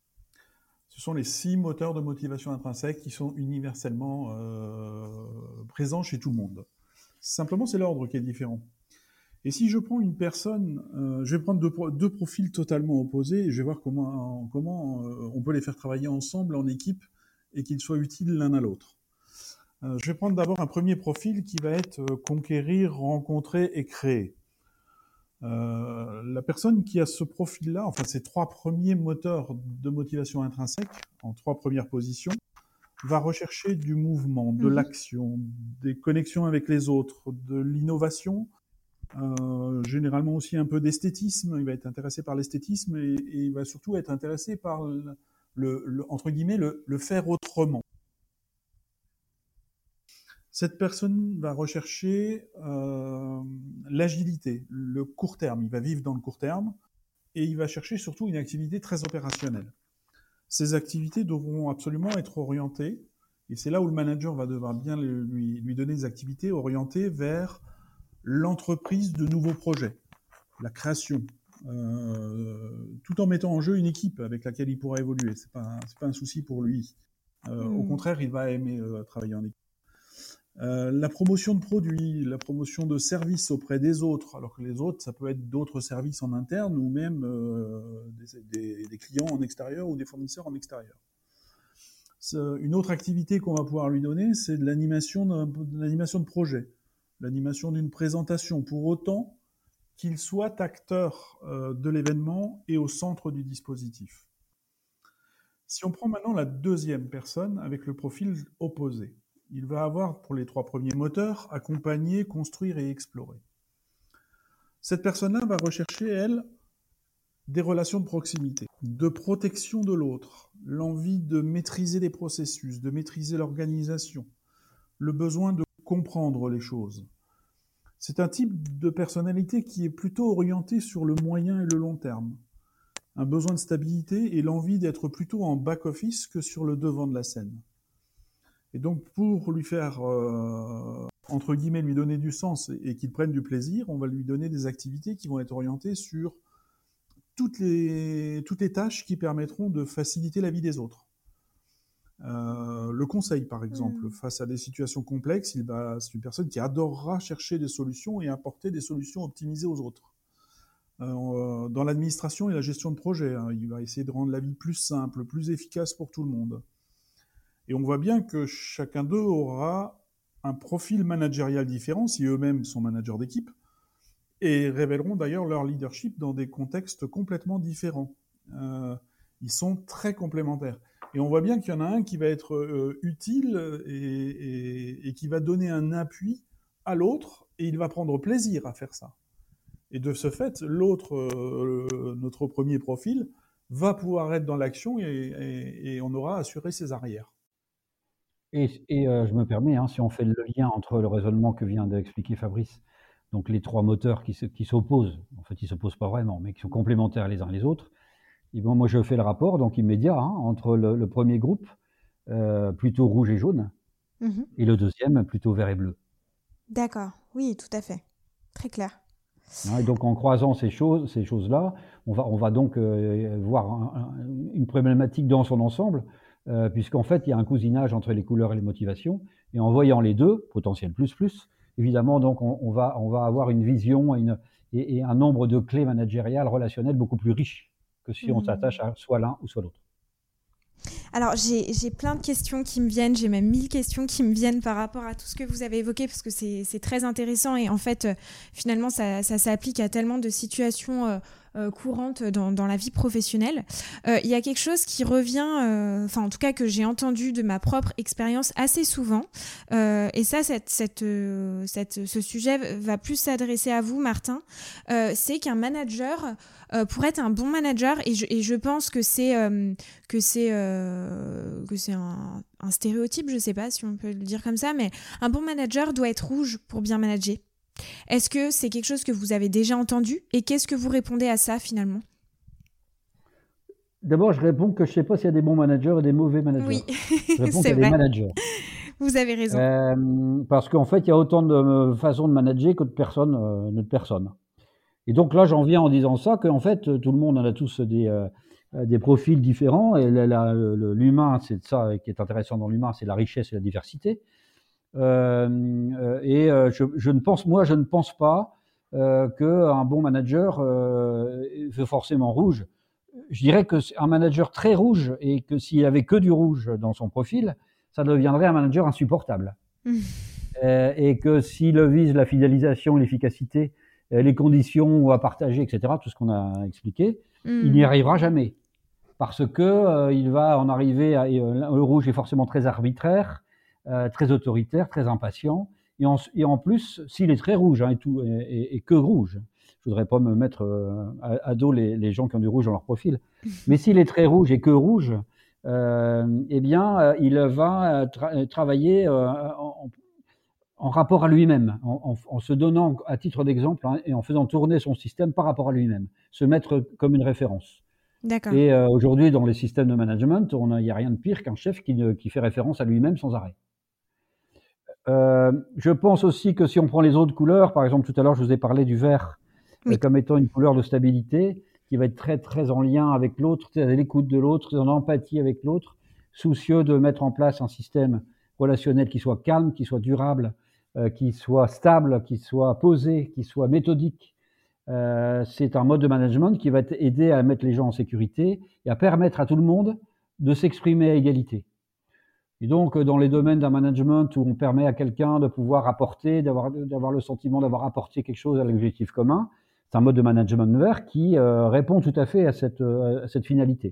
Ce sont les 6 moteurs de motivation intrinsèque qui sont universellement présents chez tout le monde. Simplement, c'est l'ordre qui est différent. Et si je prends une personne, je vais prendre deux profils totalement opposés et je vais voir comment on peut les faire travailler ensemble en équipe et qu'ils soient utiles l'un à l'autre. Je vais prendre d'abord un premier profil qui va être conquérir, rencontrer et créer. La personne qui a ce profil-là, enfin ces 3 premiers moteurs de motivation intrinsèque, en 3 premières positions, va rechercher du mouvement, de l'action, des connexions avec les autres, de l'innovation, généralement aussi un peu d'esthétisme. Il va être intéressé par l'esthétisme et il va surtout être intéressé par entre guillemets, le faire autrement. Cette personne va rechercher l'agilité, le court terme. Il va vivre dans le court terme et il va chercher surtout une activité très opérationnelle. Ces activités devront absolument être orientées, et c'est là où le manager va devoir bien lui donner des activités orientées vers l'entreprise de nouveaux projets, la création, tout en mettant en jeu une équipe avec laquelle il pourra évoluer. C'est pas un souci pour lui. Au contraire, il va aimer travailler en équipe. La promotion de produits, la promotion de services auprès des autres, alors que les autres, ça peut être d'autres services en interne ou même des clients en extérieur ou des fournisseurs en extérieur. Une autre activité qu'on va pouvoir lui donner, c'est de l'animation de projet, l'animation d'une présentation, pour autant qu'il soit acteur de l'événement et au centre du dispositif. Si on prend maintenant la deuxième personne avec le profil opposé, il va avoir, pour les 3 premiers moteurs, accompagner, construire et explorer. Cette personne-là va rechercher, elle, des relations de proximité, de protection de l'autre, l'envie de maîtriser les processus, de maîtriser l'organisation, le besoin de comprendre les choses. C'est un type de personnalité qui est plutôt orienté sur le moyen et le long terme. Un besoin de stabilité et l'envie d'être plutôt en back-office que sur le devant de la scène. Et donc, pour lui faire, entre guillemets, lui donner du sens et qu'il prenne du plaisir, on va lui donner des activités qui vont être orientées sur toutes les tâches qui permettront de faciliter la vie des autres. Le conseil, par exemple, face à des situations complexes, c'est une personne qui adorera chercher des solutions et apporter des solutions optimisées aux autres. Dans l'administration et la gestion de projet, il va essayer de rendre la vie plus simple, plus efficace pour tout le monde. Et on voit bien que chacun d'eux aura un profil managérial différent, si eux-mêmes sont managers d'équipe, et révéleront d'ailleurs leur leadership dans des contextes complètement différents. Ils sont très complémentaires. Et on voit bien qu'il y en a un qui va être utile et qui va donner un appui à l'autre, et il va prendre plaisir à faire ça. Et de ce fait, l'autre, notre premier profil, va pouvoir être dans l'action et on aura assuré ses arrières. Et je me permets, si on fait le lien entre le raisonnement que vient d'expliquer Fabrice, donc les trois moteurs qui s'opposent, en fait ils ne s'opposent pas vraiment, mais qui sont complémentaires les uns les autres, et bon, moi je fais le rapport donc immédiat entre le premier groupe, plutôt rouge et jaune, et le deuxième, plutôt vert et bleu. D'accord, oui, tout à fait. Très clair. Et donc en croisant ces choses-là, on va donc voir une problématique dans son ensemble, puisqu'en fait il y a un cousinage entre les couleurs et les motivations, et en voyant les deux, potentiel plus, évidemment donc on va avoir une vision et un nombre de clés managériales relationnelles beaucoup plus riches que si on s'attache à soit l'un ou soit l'autre. Alors, j'ai plein de questions qui me viennent, j'ai même 1000 questions qui me viennent par rapport à tout ce que vous avez évoqué, parce que c'est très intéressant et en fait, finalement, ça s'applique à tellement de situations courantes dans la vie professionnelle. Il y a quelque chose qui revient, enfin en tout cas que j'ai entendu de ma propre expérience assez souvent, et ça, ce sujet va plus s'adresser à vous, Martin, c'est qu'un manager, pour être un bon manager, et je pense que c'est un stéréotype, je ne sais pas si on peut le dire comme ça, mais un bon manager doit être rouge pour bien manager. Est-ce que c'est quelque chose que vous avez déjà entendu et qu'est-ce que vous répondez à ça finalement ? D'abord, je réponds que je ne sais pas s'il y a des bons managers et des mauvais managers. Oui, je réponds c'est qu'il y a des managers. Vous avez raison. Parce qu'en fait, il y a autant de façons de manager que de personnes. Et donc là, j'en viens en disant ça, qu'en fait, tout le monde en a tous des profils différents. Et l'humain, c'est ça qui est intéressant dans l'humain, c'est la richesse et la diversité. Je ne pense pas qu'un bon manager veut forcément rouge. Je dirais que c'est un manager très rouge et que s'il avait que du rouge dans son profil, ça deviendrait un manager insupportable. Et que s'il vise la fidélisation, l'efficacité, les conditions à partager, etc., tout ce qu'on a expliqué, il n'y arrivera jamais. Parce que il va en arriver le rouge est forcément très arbitraire, très autoritaire, très impatient, et en plus, s'il est très rouge et que rouge, je voudrais pas me mettre à dos les gens qui ont du rouge dans leur profil, mais s'il est très rouge et que rouge, il va travailler en rapport à lui-même, en se donnant à titre d'exemple et en faisant tourner son système par rapport à lui-même, se mettre comme une référence. D'accord. Et aujourd'hui, dans les systèmes de management, il n'y a rien de pire qu'un chef qui fait référence à lui-même sans arrêt. Je pense aussi que si on prend les autres couleurs, par exemple, tout à l'heure, je vous ai parlé du vert comme étant une couleur de stabilité qui va être très, très en lien avec l'autre, à l'écoute de l'autre, en empathie avec l'autre, soucieux de mettre en place un système relationnel qui soit calme, qui soit durable, qui soit stable, qui soit posé, qui soit méthodique. C'est un mode de management qui va aider à mettre les gens en sécurité et à permettre à tout le monde de s'exprimer à égalité. Et donc, dans les domaines d'un management où on permet à quelqu'un de pouvoir apporter, d'avoir le sentiment d'avoir apporté quelque chose à l'objectif commun, c'est un mode de management vert qui répond tout à fait à cette finalité.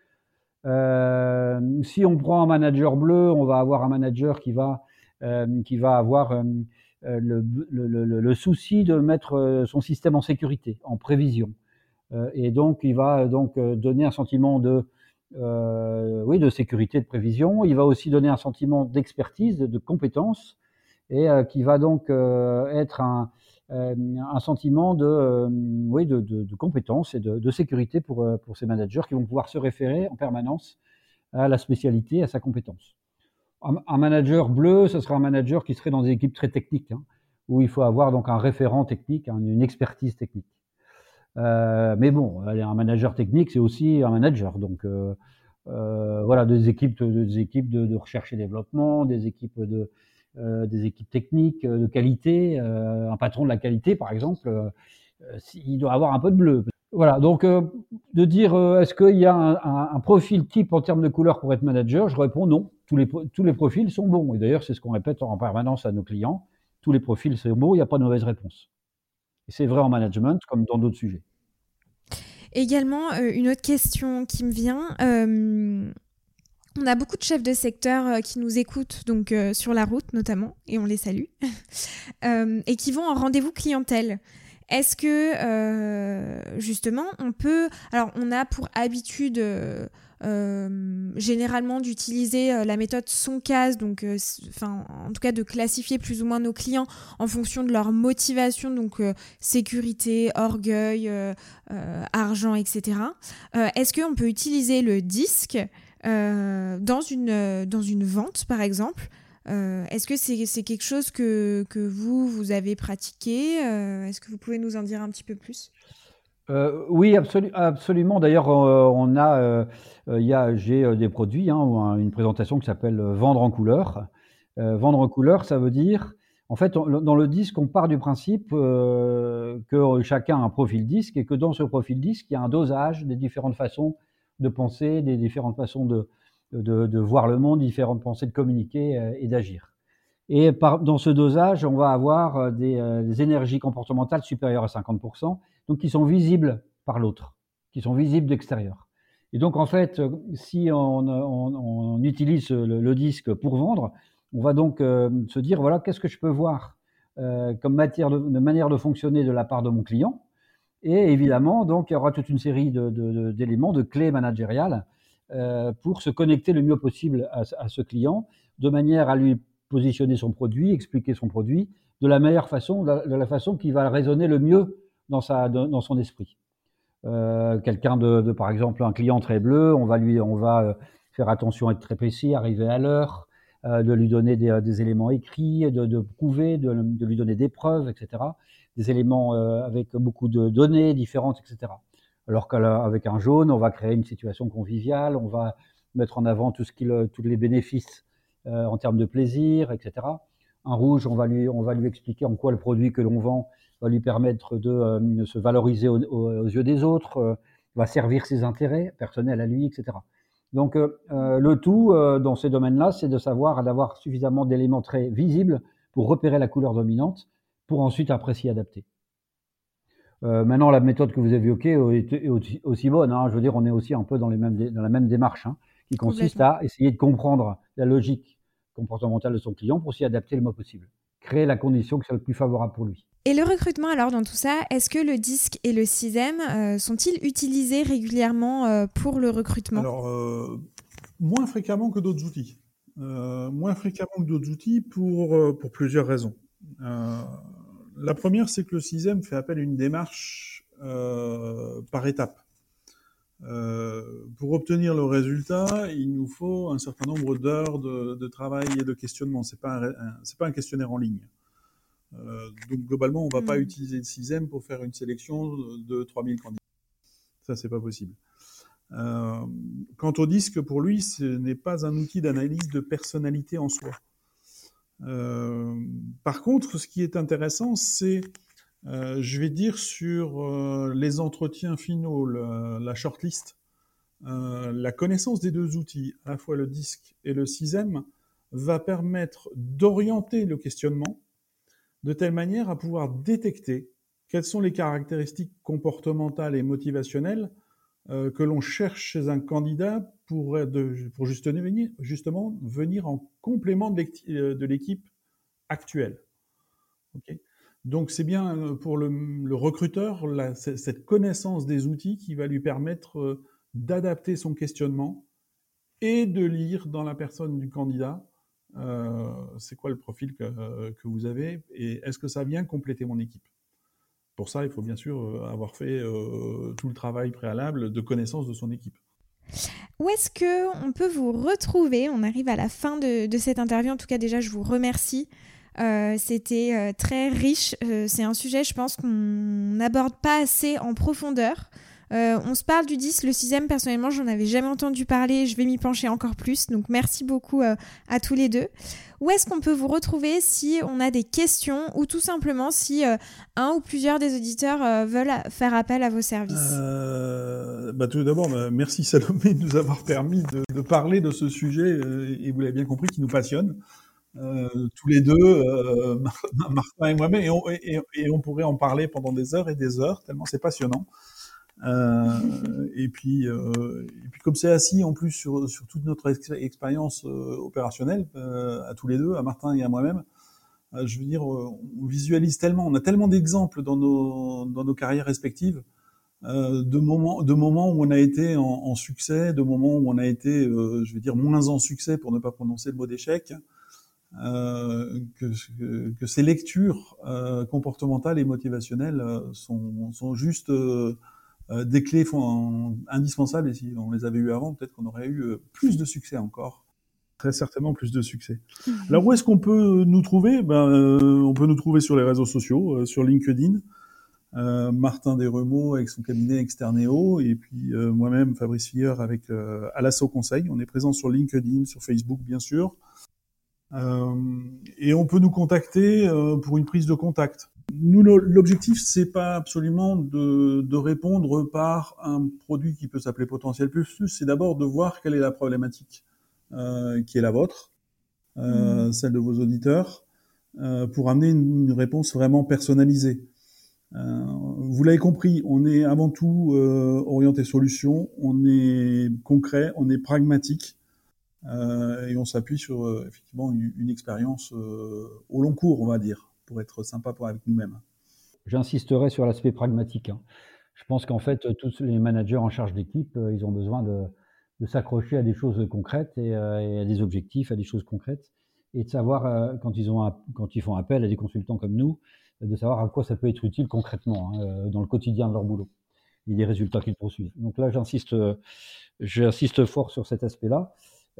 Si on prend un manager bleu, on va avoir un manager qui va avoir le souci de mettre son système en sécurité, en prévision, Et donc, il va donc donner un sentiment de sécurité, de prévision. Il va aussi donner un sentiment d'expertise, de compétence, et qui va donc être un sentiment de compétence et de sécurité pour ces managers qui vont pouvoir se référer en permanence à la spécialité, à sa compétence. Un manager bleu, ce sera un manager qui serait dans des équipes très techniques, hein, où il faut avoir donc un référent technique, hein, une expertise technique. Mais bon, un manager technique, c'est aussi un manager. Donc voilà, des équipes de recherche et développement, des équipes techniques de qualité. Un patron de la qualité, par exemple, il doit avoir un peu de bleu. Voilà, donc de dire est-ce qu'il y a un profil type en termes de couleur pour être manager, je réponds non. Tous les profils sont bons. Et d'ailleurs, c'est ce qu'on répète en permanence à nos clients. Tous les profils sont bons, il n'y a pas de mauvaise réponse. Et c'est vrai en management comme dans d'autres sujets. Également, une autre question qui me vient. On a beaucoup de chefs de secteur qui nous écoutent, donc sur la route notamment, et on les salue, et qui vont en rendez-vous clientèle. Est-ce que, justement, on peut... Alors, on a pour habitude... généralement d'utiliser la méthode son-case, donc en tout cas de classifier plus ou moins nos clients en fonction de leur motivation, donc sécurité, orgueil, argent, etc. Est-ce qu'on peut utiliser le disque dans une vente, par exemple? Est-ce que c'est quelque chose que vous avez pratiqué? Est-ce que vous pouvez nous en dire un petit peu plus? Oui, absolument. D'ailleurs, j'ai des produits, hein, une présentation qui s'appelle Vendre en couleur. Vendre en couleur, ça veut dire, en fait, dans le disque, on part du principe que chacun a un profil disque et que dans ce profil disque, il y a un dosage des différentes façons de penser, des différentes façons de voir le monde, différentes pensées de communiquer et d'agir. Et dans ce dosage, on va avoir des énergies comportementales supérieures à 50%, donc qui sont visibles par l'autre, qui sont visibles d'extérieur. Et donc, en fait, si on utilise le disque pour vendre, on va donc se dire, voilà, qu'est-ce que je peux voir comme manière de fonctionner de la part de mon client. Et évidemment, donc, il y aura toute une série d'éléments, de clés managériales pour se connecter le mieux possible à ce client, de manière à lui positionner son produit, expliquer son produit de la meilleure façon, de la façon qui va résonner le mieux dans son esprit. Quelqu'un par exemple, un client très bleu, on va faire attention à être très précis, arriver à l'heure, de lui donner des éléments écrits, de prouver, de lui donner des preuves, etc. Des éléments avec beaucoup de données différentes, etc. Alors qu'avec un jaune, on va créer une situation conviviale, on va mettre en avant tous les bénéfices en termes de plaisir, etc. Un rouge, on va lui expliquer en quoi le produit que l'on vend va lui permettre de se valoriser aux yeux des autres, va servir ses intérêts personnels à lui, etc. Donc le tout dans ces domaines-là, c'est d'avoir suffisamment d'éléments très visibles pour repérer la couleur dominante, pour ensuite après s'y adapter. Maintenant, la méthode que vous évoquez est aussi bonne. Hein. Je veux dire, on est aussi un peu dans la même démarche, hein, qui consiste à essayer de comprendre la logique comportementale de son client pour s'y adapter le moins possible. Créer la condition qui soit le plus favorable pour lui. Et le recrutement, alors, dans tout ça, est-ce que le disque et le CISEM sont-ils utilisés régulièrement pour le recrutement? Alors, moins fréquemment que d'autres outils. Pour plusieurs raisons. La première, c'est que le CISEM fait appel à une démarche par étapes. Pour obtenir le résultat, il nous faut un certain nombre d'heures de travail et de questionnement. C'est pas un questionnaire en ligne. Donc globalement, on va pas utiliser le CISEM pour faire une sélection de 3000 candidats. Ça, c'est pas possible. Quant au disque, pour lui, ce n'est pas un outil d'analyse de personnalité en soi. Par contre, ce qui est intéressant, c'est, je vais dire, sur les entretiens finaux, la shortlist, la connaissance des deux outils, à la fois le disque et le CISEM, va permettre d'orienter le questionnement de telle manière à pouvoir détecter quelles sont les caractéristiques comportementales et motivationnelles que l'on cherche chez un candidat pour justement venir en complément de l'équipe actuelle. Okay. Donc c'est bien pour le recruteur cette connaissance des outils qui va lui permettre d'adapter son questionnement et de lire dans la personne du candidat c'est quoi le profil que vous avez et est-ce que ça vient compléter mon équipe. Pour ça, il faut bien sûr avoir fait tout le travail préalable de connaissance de son équipe. Où est-ce qu'on peut vous retrouver ? On arrive à la fin de cette interview. En tout cas, déjà, je vous remercie. C'était très riche. C'est un sujet, je pense, qu'on n'aborde pas assez en profondeur. On se parle du 10, le 6e, personnellement, j'en avais jamais entendu parler. Je vais m'y pencher encore plus. Donc, merci beaucoup à tous les deux. Où est-ce qu'on peut vous retrouver si on a des questions ou tout simplement si un ou plusieurs des auditeurs veulent faire appel à vos services ? Tout d'abord, merci Salomé de nous avoir permis de parler de ce sujet et vous l'avez bien compris, qui nous passionne. Tous les deux, Martin et moi-même, et on pourrait en parler pendant des heures et des heures, tellement c'est passionnant. Et puis comme c'est assis en plus sur toute notre expérience opérationnelle à tous les deux, à Martin et à moi-même, je veux dire, on visualise tellement, on a tellement d'exemples dans nos carrières respectives, de moments où on a été en succès, de moments où on a été, je veux dire, moins en succès pour ne pas prononcer le mot d'échec. Que ces lectures comportementales et motivationnelles sont juste des clés indispensables, et si on les avait eues avant, peut-être qu'on aurait eu plus de succès encore. Très certainement plus de succès. Alors où est-ce qu'on peut nous trouver ? On peut nous trouver sur les réseaux sociaux, sur LinkedIn, Martin Desremeaux avec son cabinet Externeo, et puis moi-même, Fabrice Filleur avec Alasso Conseil. On est présent sur LinkedIn, sur Facebook bien sûr. Et on peut nous contacter pour une prise de contact. Nous, l'objectif, c'est pas absolument de répondre par un produit qui peut s'appeler Potentiel Plus, c'est d'abord de voir quelle est la problématique qui est la vôtre, celle de vos auditeurs, pour amener une réponse vraiment personnalisée. Vous l'avez compris, on est avant tout orienté solution, on est concret, on est pragmatique. Et on s'appuie sur effectivement une expérience au long cours, on va dire, pour être sympa avec nous-mêmes. J'insisterai sur l'aspect pragmatique. Je pense qu'en fait, tous les managers en charge d'équipe, ils ont besoin de s'accrocher à des choses concrètes et à des objectifs, à des choses concrètes, et de savoir quand ils font appel à des consultants comme nous, de savoir à quoi ça peut être utile concrètement dans le quotidien de leur boulot et des résultats qu'ils poursuivent. Donc là, j'insiste fort sur cet aspect-là.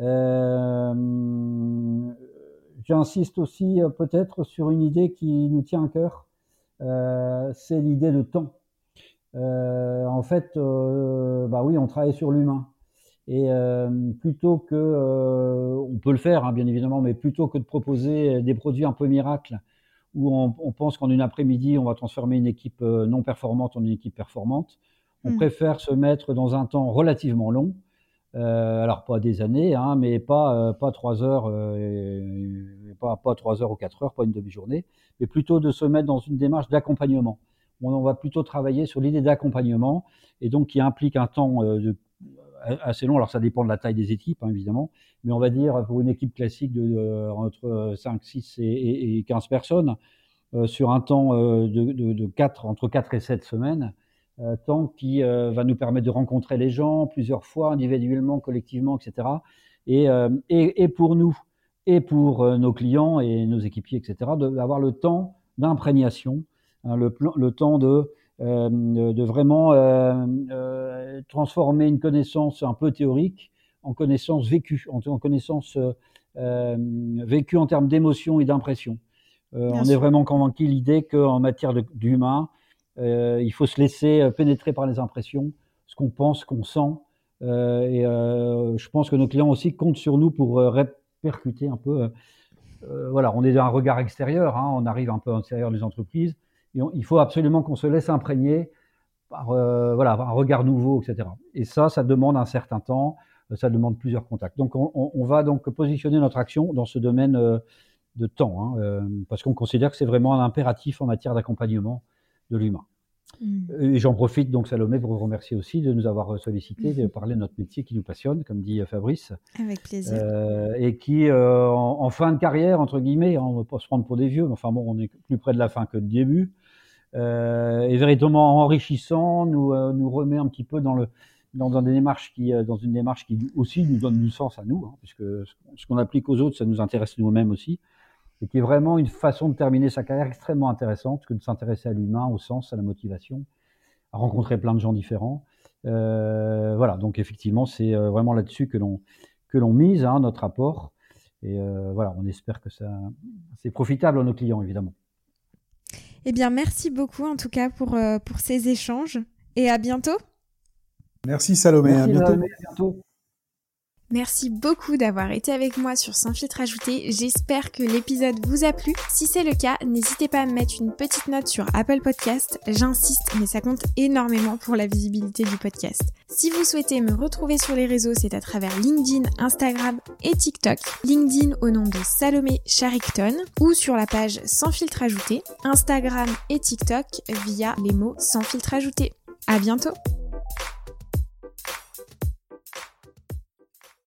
J'insiste aussi peut-être sur une idée qui nous tient à cœur, c'est l'idée de temps. En fait, oui, on travaille sur l'humain. Et plutôt que, on peut le faire bien évidemment, mais plutôt que de proposer des produits un peu miracles, où on pense qu'en une après-midi, on va transformer une équipe non performante en une équipe performante, on préfère se mettre dans un temps relativement long. Alors pas des années, mais pas 3 heures, pas 3 heures ou 4 heures, pas une demi-journée, mais plutôt de se mettre dans une démarche d'accompagnement. On va plutôt travailler sur l'idée d'accompagnement, et donc qui implique un temps assez long. Alors ça dépend de la taille des équipes, évidemment, mais on va dire pour une équipe classique entre 5, 6 et 15 personnes, sur un temps entre 4 et 7 semaines, temps qui va nous permettre de rencontrer les gens plusieurs fois, individuellement, collectivement, etc. Et pour nous, et pour nos clients et nos équipiers, etc., d'avoir le temps d'imprégnation, le temps de vraiment transformer une connaissance un peu théorique en connaissance vécue, en connaissance vécue en termes d'émotion et d'impression. On est vraiment convaincu de l'idée qu'en matière d'humain, il faut se laisser pénétrer par les impressions, ce qu'on pense, qu'on sent. Je pense que nos clients aussi comptent sur nous pour répercuter un peu. On est d'un regard extérieur, on arrive un peu à l'extérieur des entreprises. Et il faut absolument qu'on se laisse imprégner par un regard nouveau, etc. Et ça demande un certain temps, ça demande plusieurs contacts. Donc on va donc positionner notre action dans ce domaine de temps, parce qu'on considère que c'est vraiment un impératif en matière d'accompagnement de l'humain. Et j'en profite donc, Salomé, pour vous remercier aussi de nous avoir sollicité, de parler de notre métier qui nous passionne, comme dit Fabrice. Avec plaisir. Et qui, en fin de carrière, entre guillemets, on ne va pas se prendre pour des vieux, mais enfin bon, on est plus près de la fin que du début, est véritablement enrichissant, nous remet un petit peu dans une démarche qui aussi nous donne du sens à nous, hein, puisque ce qu'on applique aux autres, ça nous intéresse nous-mêmes aussi, et qui est vraiment une façon de terminer sa carrière extrêmement intéressante, que de s'intéresser à l'humain, au sens, à la motivation, à rencontrer plein de gens différents. Voilà, donc effectivement, c'est vraiment là-dessus que l'on mise, hein, notre apport. Et voilà, on espère que c'est profitable à nos clients, évidemment. Eh bien, merci beaucoup en tout cas pour ces échanges et à bientôt. Merci Salomé, merci, à bientôt. À bientôt. Merci beaucoup d'avoir été avec moi sur Sans Filtre Ajouté. J'espère que l'épisode vous a plu. Si c'est le cas, n'hésitez pas à me mettre une petite note sur Apple Podcast. J'insiste, mais ça compte énormément pour la visibilité du podcast. Si vous souhaitez me retrouver sur les réseaux, c'est à travers LinkedIn, Instagram et TikTok. LinkedIn au nom de Salomé Charicton ou sur la page Sans Filtre Ajouté. Instagram et TikTok via les mots Sans Filtre Ajouté. À bientôt!